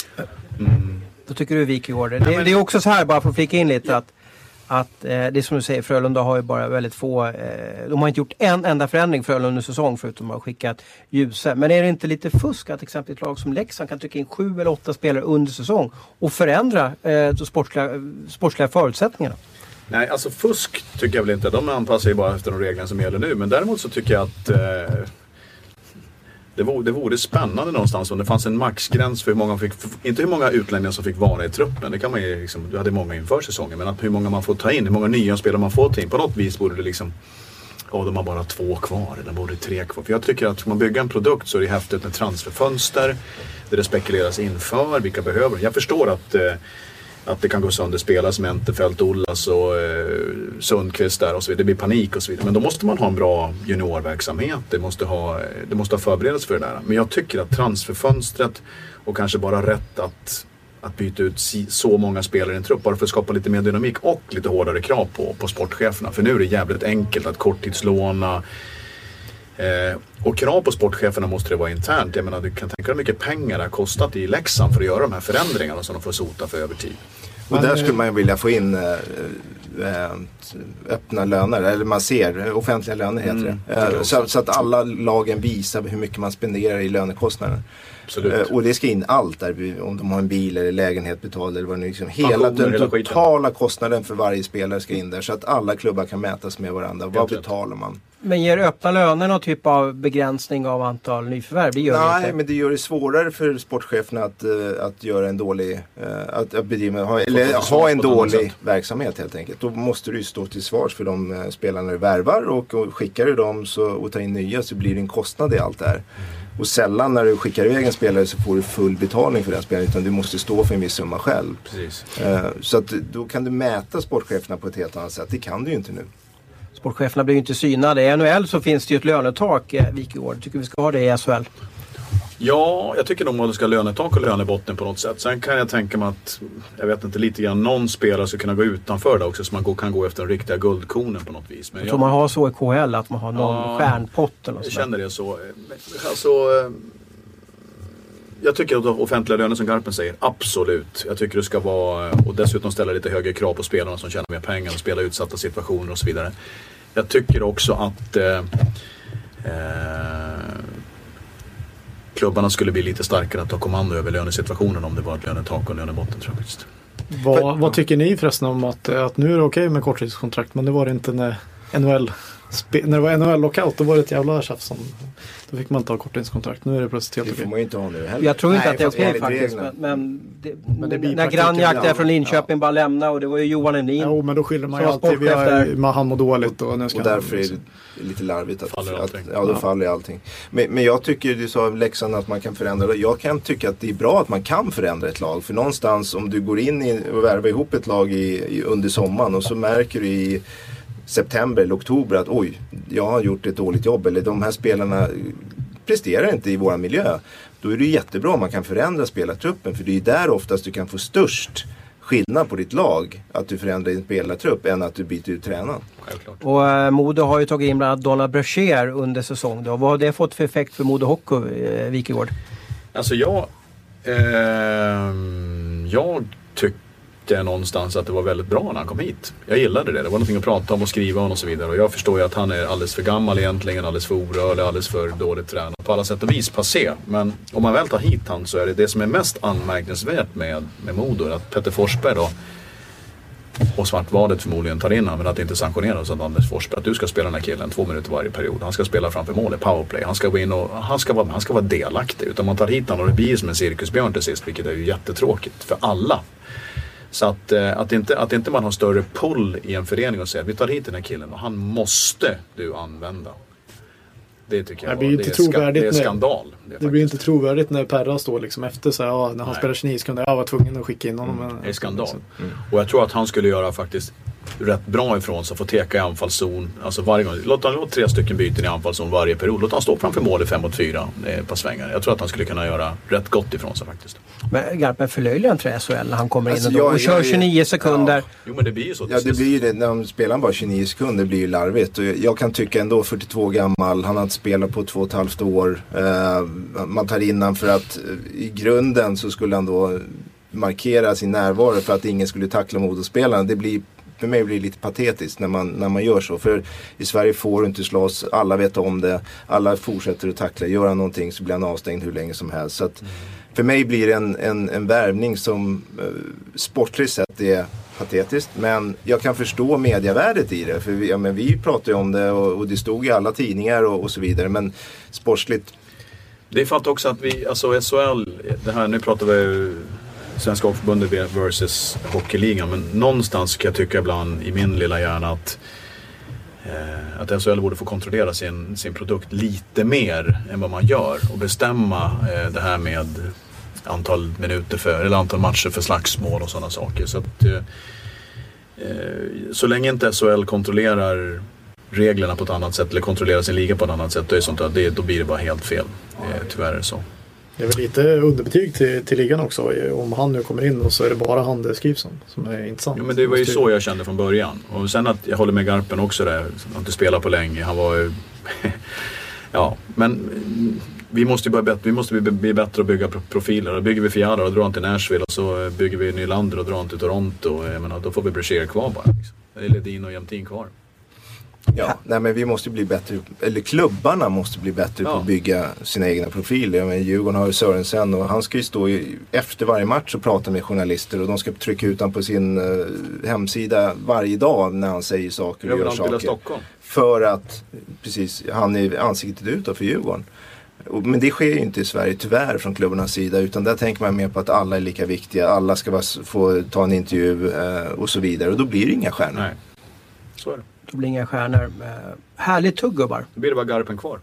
Mm. Då tycker du Wikegård. Det, det är också så här, bara för att flika in lite, att att eh, det är som du säger, Frölunda har ju bara väldigt få, eh, de har inte gjort en enda förändring Frölunda under säsong förutom att ha skickat Ljuse. Men är det inte lite fusk att exempelvis ett lag som Leksand kan trycka in sju eller åtta spelare under säsong och förändra eh, sportsliga, sportsliga förutsättningarna? Nej, alltså fusk tycker jag väl inte. De anpassar ju bara efter de reglerna som gäller nu. Men däremot så tycker jag att eh, det, vore, det vore spännande någonstans om det fanns en maxgräns för hur många fick, inte hur många utlänningar som fick vara i truppen. Det kan man ju liksom, du hade många inför säsongen, men att hur många man får ta in, hur många nya spelare man får ta in. På något vis borde det liksom, ja de har bara två kvar eller borde tre kvar. För jag tycker att om man bygger en produkt så är det häftigt med transferfönster, där det spekuleras inför, vilka behöver. Jag förstår att eh, att det kan gå sönder spelas med Entefelt, Ollas och eh, Sundqvist där och så vidare. Det blir panik och så vidare. Men då måste man ha en bra juniorverksamhet. Det måste ha, det måste ha förberedelse för det där. Men jag tycker att transferfönstret och kanske bara rätt att, att byta ut så många spelare i en trupp bara för att skapa lite mer dynamik och lite hårdare krav på, på sportcheferna. För nu är det jävligt enkelt att korttidslåna. Eh, och krav på sportcheferna måste det vara internt. Jag menar, du kan tänka dig hur mycket pengar det har kostat i Leksand för att göra de här förändringarna som de får sota för över tid. Och där skulle man vilja få in äh, äh, öppna löner, eller man ser, offentliga löner heter mm, det. Äh, så, så att alla lagen visar hur mycket man spenderar i lönekostnader. Absolut. Äh, och det ska in allt där, om de har en bil eller lägenhet betald eller vad det nu liksom. Hela den hela totala kostnaden för varje spelare ska in där, så att alla klubbar kan mätas med varandra. Vad betalar man? Men ger öppna löner någon typ av begränsning av antal nyförvärv? Det gör Nej, det inte. Men det gör det svårare för sportcheferna att, uh, att göra en dålig, uh, att, att bedriva, ha, eller ha en dålig verksamhet helt enkelt. Då måste du stå till svars för de uh, spelarna du värvar, och, och skickar du dem så, och tar in nya, så blir det en kostnad i allt det här. Och sällan när du skickar iväg en spelare så får du full betalning för den spelaren, utan du måste stå för en viss summa själv. Precis. Uh, så att då kan du mäta sportcheferna på ett helt annat sätt. Det kan du ju inte nu. Sportcheferna blir ju inte synade. I N H L så finns det ju ett lönetak, eh, Wikegård. Tycker vi ska ha det i S H L? Ja, jag tycker nog att det ska ha lönetak och lönebotten på något sätt. Sen kan jag tänka mig att, jag vet inte, lite grann någon spelare ska kunna gå utanför det också, så man går, kan gå efter den riktiga guldkonen på något vis. Men jag jag tror man har så i K H L, att man har någon ja, stjärnpott eller något. Jag känner det så. Alltså, jag tycker att offentliga löner, som Garpen säger, absolut. Jag tycker det ska vara, och dessutom ställa lite högre krav på spelarna som tjänar mer pengar och spela utsatta situationer och så vidare. Jag tycker också att eh, eh, klubbarna skulle bli lite starkare att ta kommando över lönesituationen om det var ett lönetak och lönebotten, tror jag. Vad, vad tycker ni förresten om att, att nu är det okej med korttidskontrakt, men det var det inte när N H L Spe- när det var N H L-lockout, då var det ett jävla tjafs som, då fick man inte ha korttidskontrakt. Nu är det plötsligt helt okej. Det får man ju inte ha nu heller. Jag tror inte Nej, att det är okej faktiskt. Men, men, det, men det blir när Granjak där från Linköping ja. bara lämna, och det var ju Johan Emlin. Jo, men då skiljer man ju alltid. Vi har, man han mår dåligt. Och, nu ska och därför är det lite larvigt att, att, att ja, då ja. faller allting. Men, men jag tycker, du sa Leksand att man kan förändra det. Jag kan tycka att det är bra att man kan förändra ett lag. För någonstans, om du går in i, och värvar ihop ett lag i, i, under sommaren, och så märker du i september eller oktober att oj, jag har gjort ett dåligt jobb, eller de här spelarna presterar inte i vår miljö. Då är det jättebra om man kan förändra spelartruppen, för det är där oftast du kan få störst skillnad på ditt lag, att du förändrar din spelartrupp, än att du byter ut tränaren. Och äh, Modo har ju tagit in bland annat Donald Brashear under säsong då. Vad har det fått för effekt för Modo Hockey, äh, Wikegård? Alltså jag eh, jag tycker tyckte jag någonstans att det var väldigt bra när han kom hit. Jag gillade det. Det var någonting att prata om och skriva om och så vidare. Och jag förstår ju att han är alldeles för gammal egentligen, alldeles för orörlig, alldeles för dåligt tränad. På alla sätt och vis passé. Men om man väl tar hit han så är det det som är mest anmärkningsvärt med, med Modo. Att Petter Forsberg då, och Svartvadet förmodligen tar in han, men att det inte sanktioneras av Anders Forsberg. Att du ska spela den här killen två minuter varje period. Han ska spela framför mål i powerplay. Han ska gå in och han ska vara, han ska vara delaktig. Utan man tar hit han och det blir som en cirkusbjörn till sist. Vilket är ju jättetråkigt för alla. Så att, att, inte, att inte man har större pull i en förening och säger vi tar hit den här killen och han måste du använda. Det tycker jag det, blir det, inte är, ska, det är när, skandal. Det, det blir inte trovärdigt när Perra står liksom efter så här, ja, när han Nej. spelar tjugonio sekunder. Jag var tvungen att skicka in honom. Mm, det är skandal. Mm. Och jag tror att han skulle göra faktiskt rätt bra ifrån sig. Få teka i anfallszon. Alltså varje gång. Låt han låta tre stycken byten i anfallszon varje period. Låt han stå framför mål i fem mot fyra eh, på svängar. Jag tror att han skulle kunna göra rätt gott ifrån sig faktiskt. Men Garpen förlöjligar inte S H L när han kommer alltså, in och, jag, och kör jag, tjugonio sekunder. Ja. Jo men det blir ju så. Ja det blir ju det. När de spelar bara tjugonio sekunder blir ju larvigt. Och jag kan tycka ändå fyrtiotvå gammal. Han har inte spelat på två och ett halvt år. Uh, man tar in han för att uh, i grunden så skulle han då markera sin närvaro för att ingen skulle tackla Modospelarna. Det blir, för mig blir det lite patetiskt när man, när man gör så. För i Sverige får du inte slåss, alla vet om det, alla fortsätter att tackla. Gör han någonting så blir han avstängd hur länge som helst. Så att för mig blir det en, en, en värvning som uh, sportligt sett är patetiskt. Men jag kan förstå mediavärdet i det. För vi, ja, men vi pratar ju om det och, och det stod i alla tidningar och, och så vidare. Men sportsligt. Det är för att också att vi, alltså S H L, det här, nu pratar vi Svenska Hockeyförbundet versus Hockeyligan, men någonstans kan jag tycka ibland i min lilla hjärna att eh, att S H L borde få kontrollera sin, sin produkt lite mer än vad man gör och bestämma eh, det här med antal minuter för, eller antal matcher för slagsmål och sådana saker. Så att eh, så länge inte S H L kontrollerar reglerna på ett annat sätt eller kontrollerar sin liga på ett annat sätt, då, är sånt att det, då blir det bara helt fel. Eh, tyvärr är det så. Det är väl lite underbetyg till, till ligan också. Om han nu kommer in och så är det bara han det skrivs om som är intressant. Jo, men det var ju så jag kände från början. Och sen att jag håller med Garpen också där. Han har inte spelat på länge. Han var ju... ja, men vi måste ju bli bättre, vi måste bli, bli bättre att bygga profiler. Då bygger vi Fjärda och drar han till Nashville och så bygger vi Nylander och drar han till Toronto. Jag menar, då får vi Brashear kvar bara. Liksom. Det är Ledin och Jämtin kvar. Ja, nej men vi måste bli bättre, eller klubbarna måste bli bättre ja. på att bygga sina egna profiler. Jag menar, Djurgården har ju Sörensen och han ska ju stå i, efter varje match och prata med journalister och de ska trycka ut han på sin uh, hemsida varje dag när han säger saker och gör saker. Stockholm. För att, precis, han är ansiktet utåt för Djurgården. Men det sker ju inte i Sverige tyvärr från klubbarnas sida, utan där tänker man mer på att alla är lika viktiga, alla ska få ta en intervju uh, och så vidare, och då blir det inga stjärnor. Nej, så är det. Då blir inga stjärnor. Uh, härligt tugg, gubbar. Då blir det bara Garpen kvar.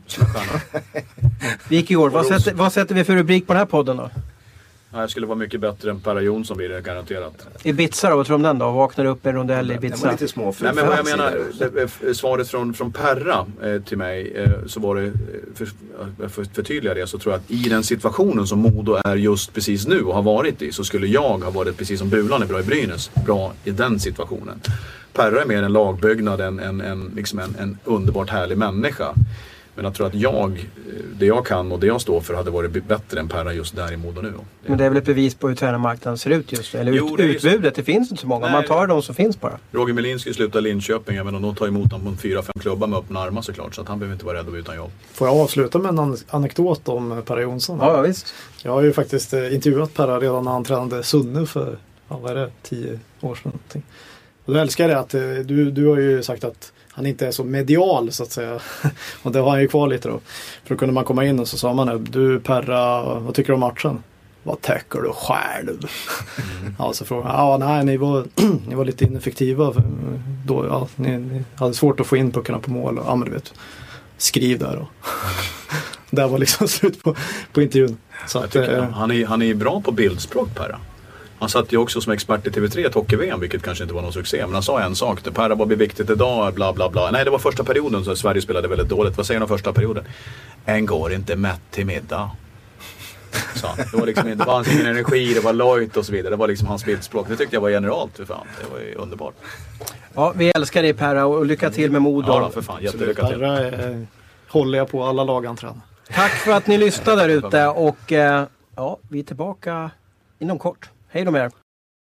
Vi gick igår. Vad sätter, vad sätter vi för rubrik på den här podden då? Ja, jag skulle vara mycket bättre än Perra Jonsson, blir det garanterat. Ibiza då, vad tror du om den då? Vaknar upp en rondell i Ibiza? Den var lite små. Nej, men vad jag menar, det, svaret från, från Perra eh, till mig, eh, så var det, för, för förtydliga det, så tror jag att i den situationen som Modo är just precis nu och har varit i, så skulle jag ha varit, precis som Bulan är bra i Brynäs, bra i den situationen. Perra är mer en lagbyggnad, en, en, en, liksom en, en underbart härlig människa. Men jag tror att jag, det jag kan och det jag står för hade varit bättre än Perra just där i Modo nu. Men det är väl ett bevis på hur tränarmarknaden ser ut just nu? Eller jo, ut, det utbudet, det finns inte så många. Nej. Man tar de som finns bara. Roger Melin ska ju sluta i Linköping, men de tar emot honom på fyra, fem klubbar med öppna armar såklart. Så att han behöver inte vara rädd att bli utan jobb. Får jag avsluta med en an- anekdot om Perra Jonsson? Ja, visst. Jag har ju faktiskt eh, intervjuat Perra redan när han tränade Sunne för, ja, vad är det, tio år sedan någonting. Och då älskar jag det att eh, du, du har ju sagt att han inte är så medial så att säga. Och det har han ju kvar lite då. För då kunde man komma in och så sa man, du Perra, vad tycker du om matchen? Vad täcker du själv? Mm. Ja, så frågade ja nej, ni var, ni var lite ineffektiva. För då, ja, ni, ni hade svårt att få in puckarna på mål. Och, ja, men du vet, skriv där då. Det var liksom slut på, på intervjun. Så att, eh, han, är, han är bra på bildspråk, Perra. Han satt ju också som expert i T V tre ett hockey-V M, vilket kanske inte var någon succé. Men han sa en sak, det Perra var viktigt idag, bla bla bla. Nej, det var första perioden så Sverige spelade väldigt dåligt. Vad säger han om första perioden? En går inte mätt till middag. Så, det var liksom inte, det var ingen energi, det var lojt och så vidare. Det var liksom hans bildspråk. Det tyckte jag var generalt, för fan. Det var ju underbart. Ja, vi älskar dig Perra och lycka till med Modo. Ja, för fan. Jättelycka till. Perra eh, håller jag på alla lag han tränar. Tack för att ni lyssnade där ute och eh, ja, vi är tillbaka inom kort. Hej då med er.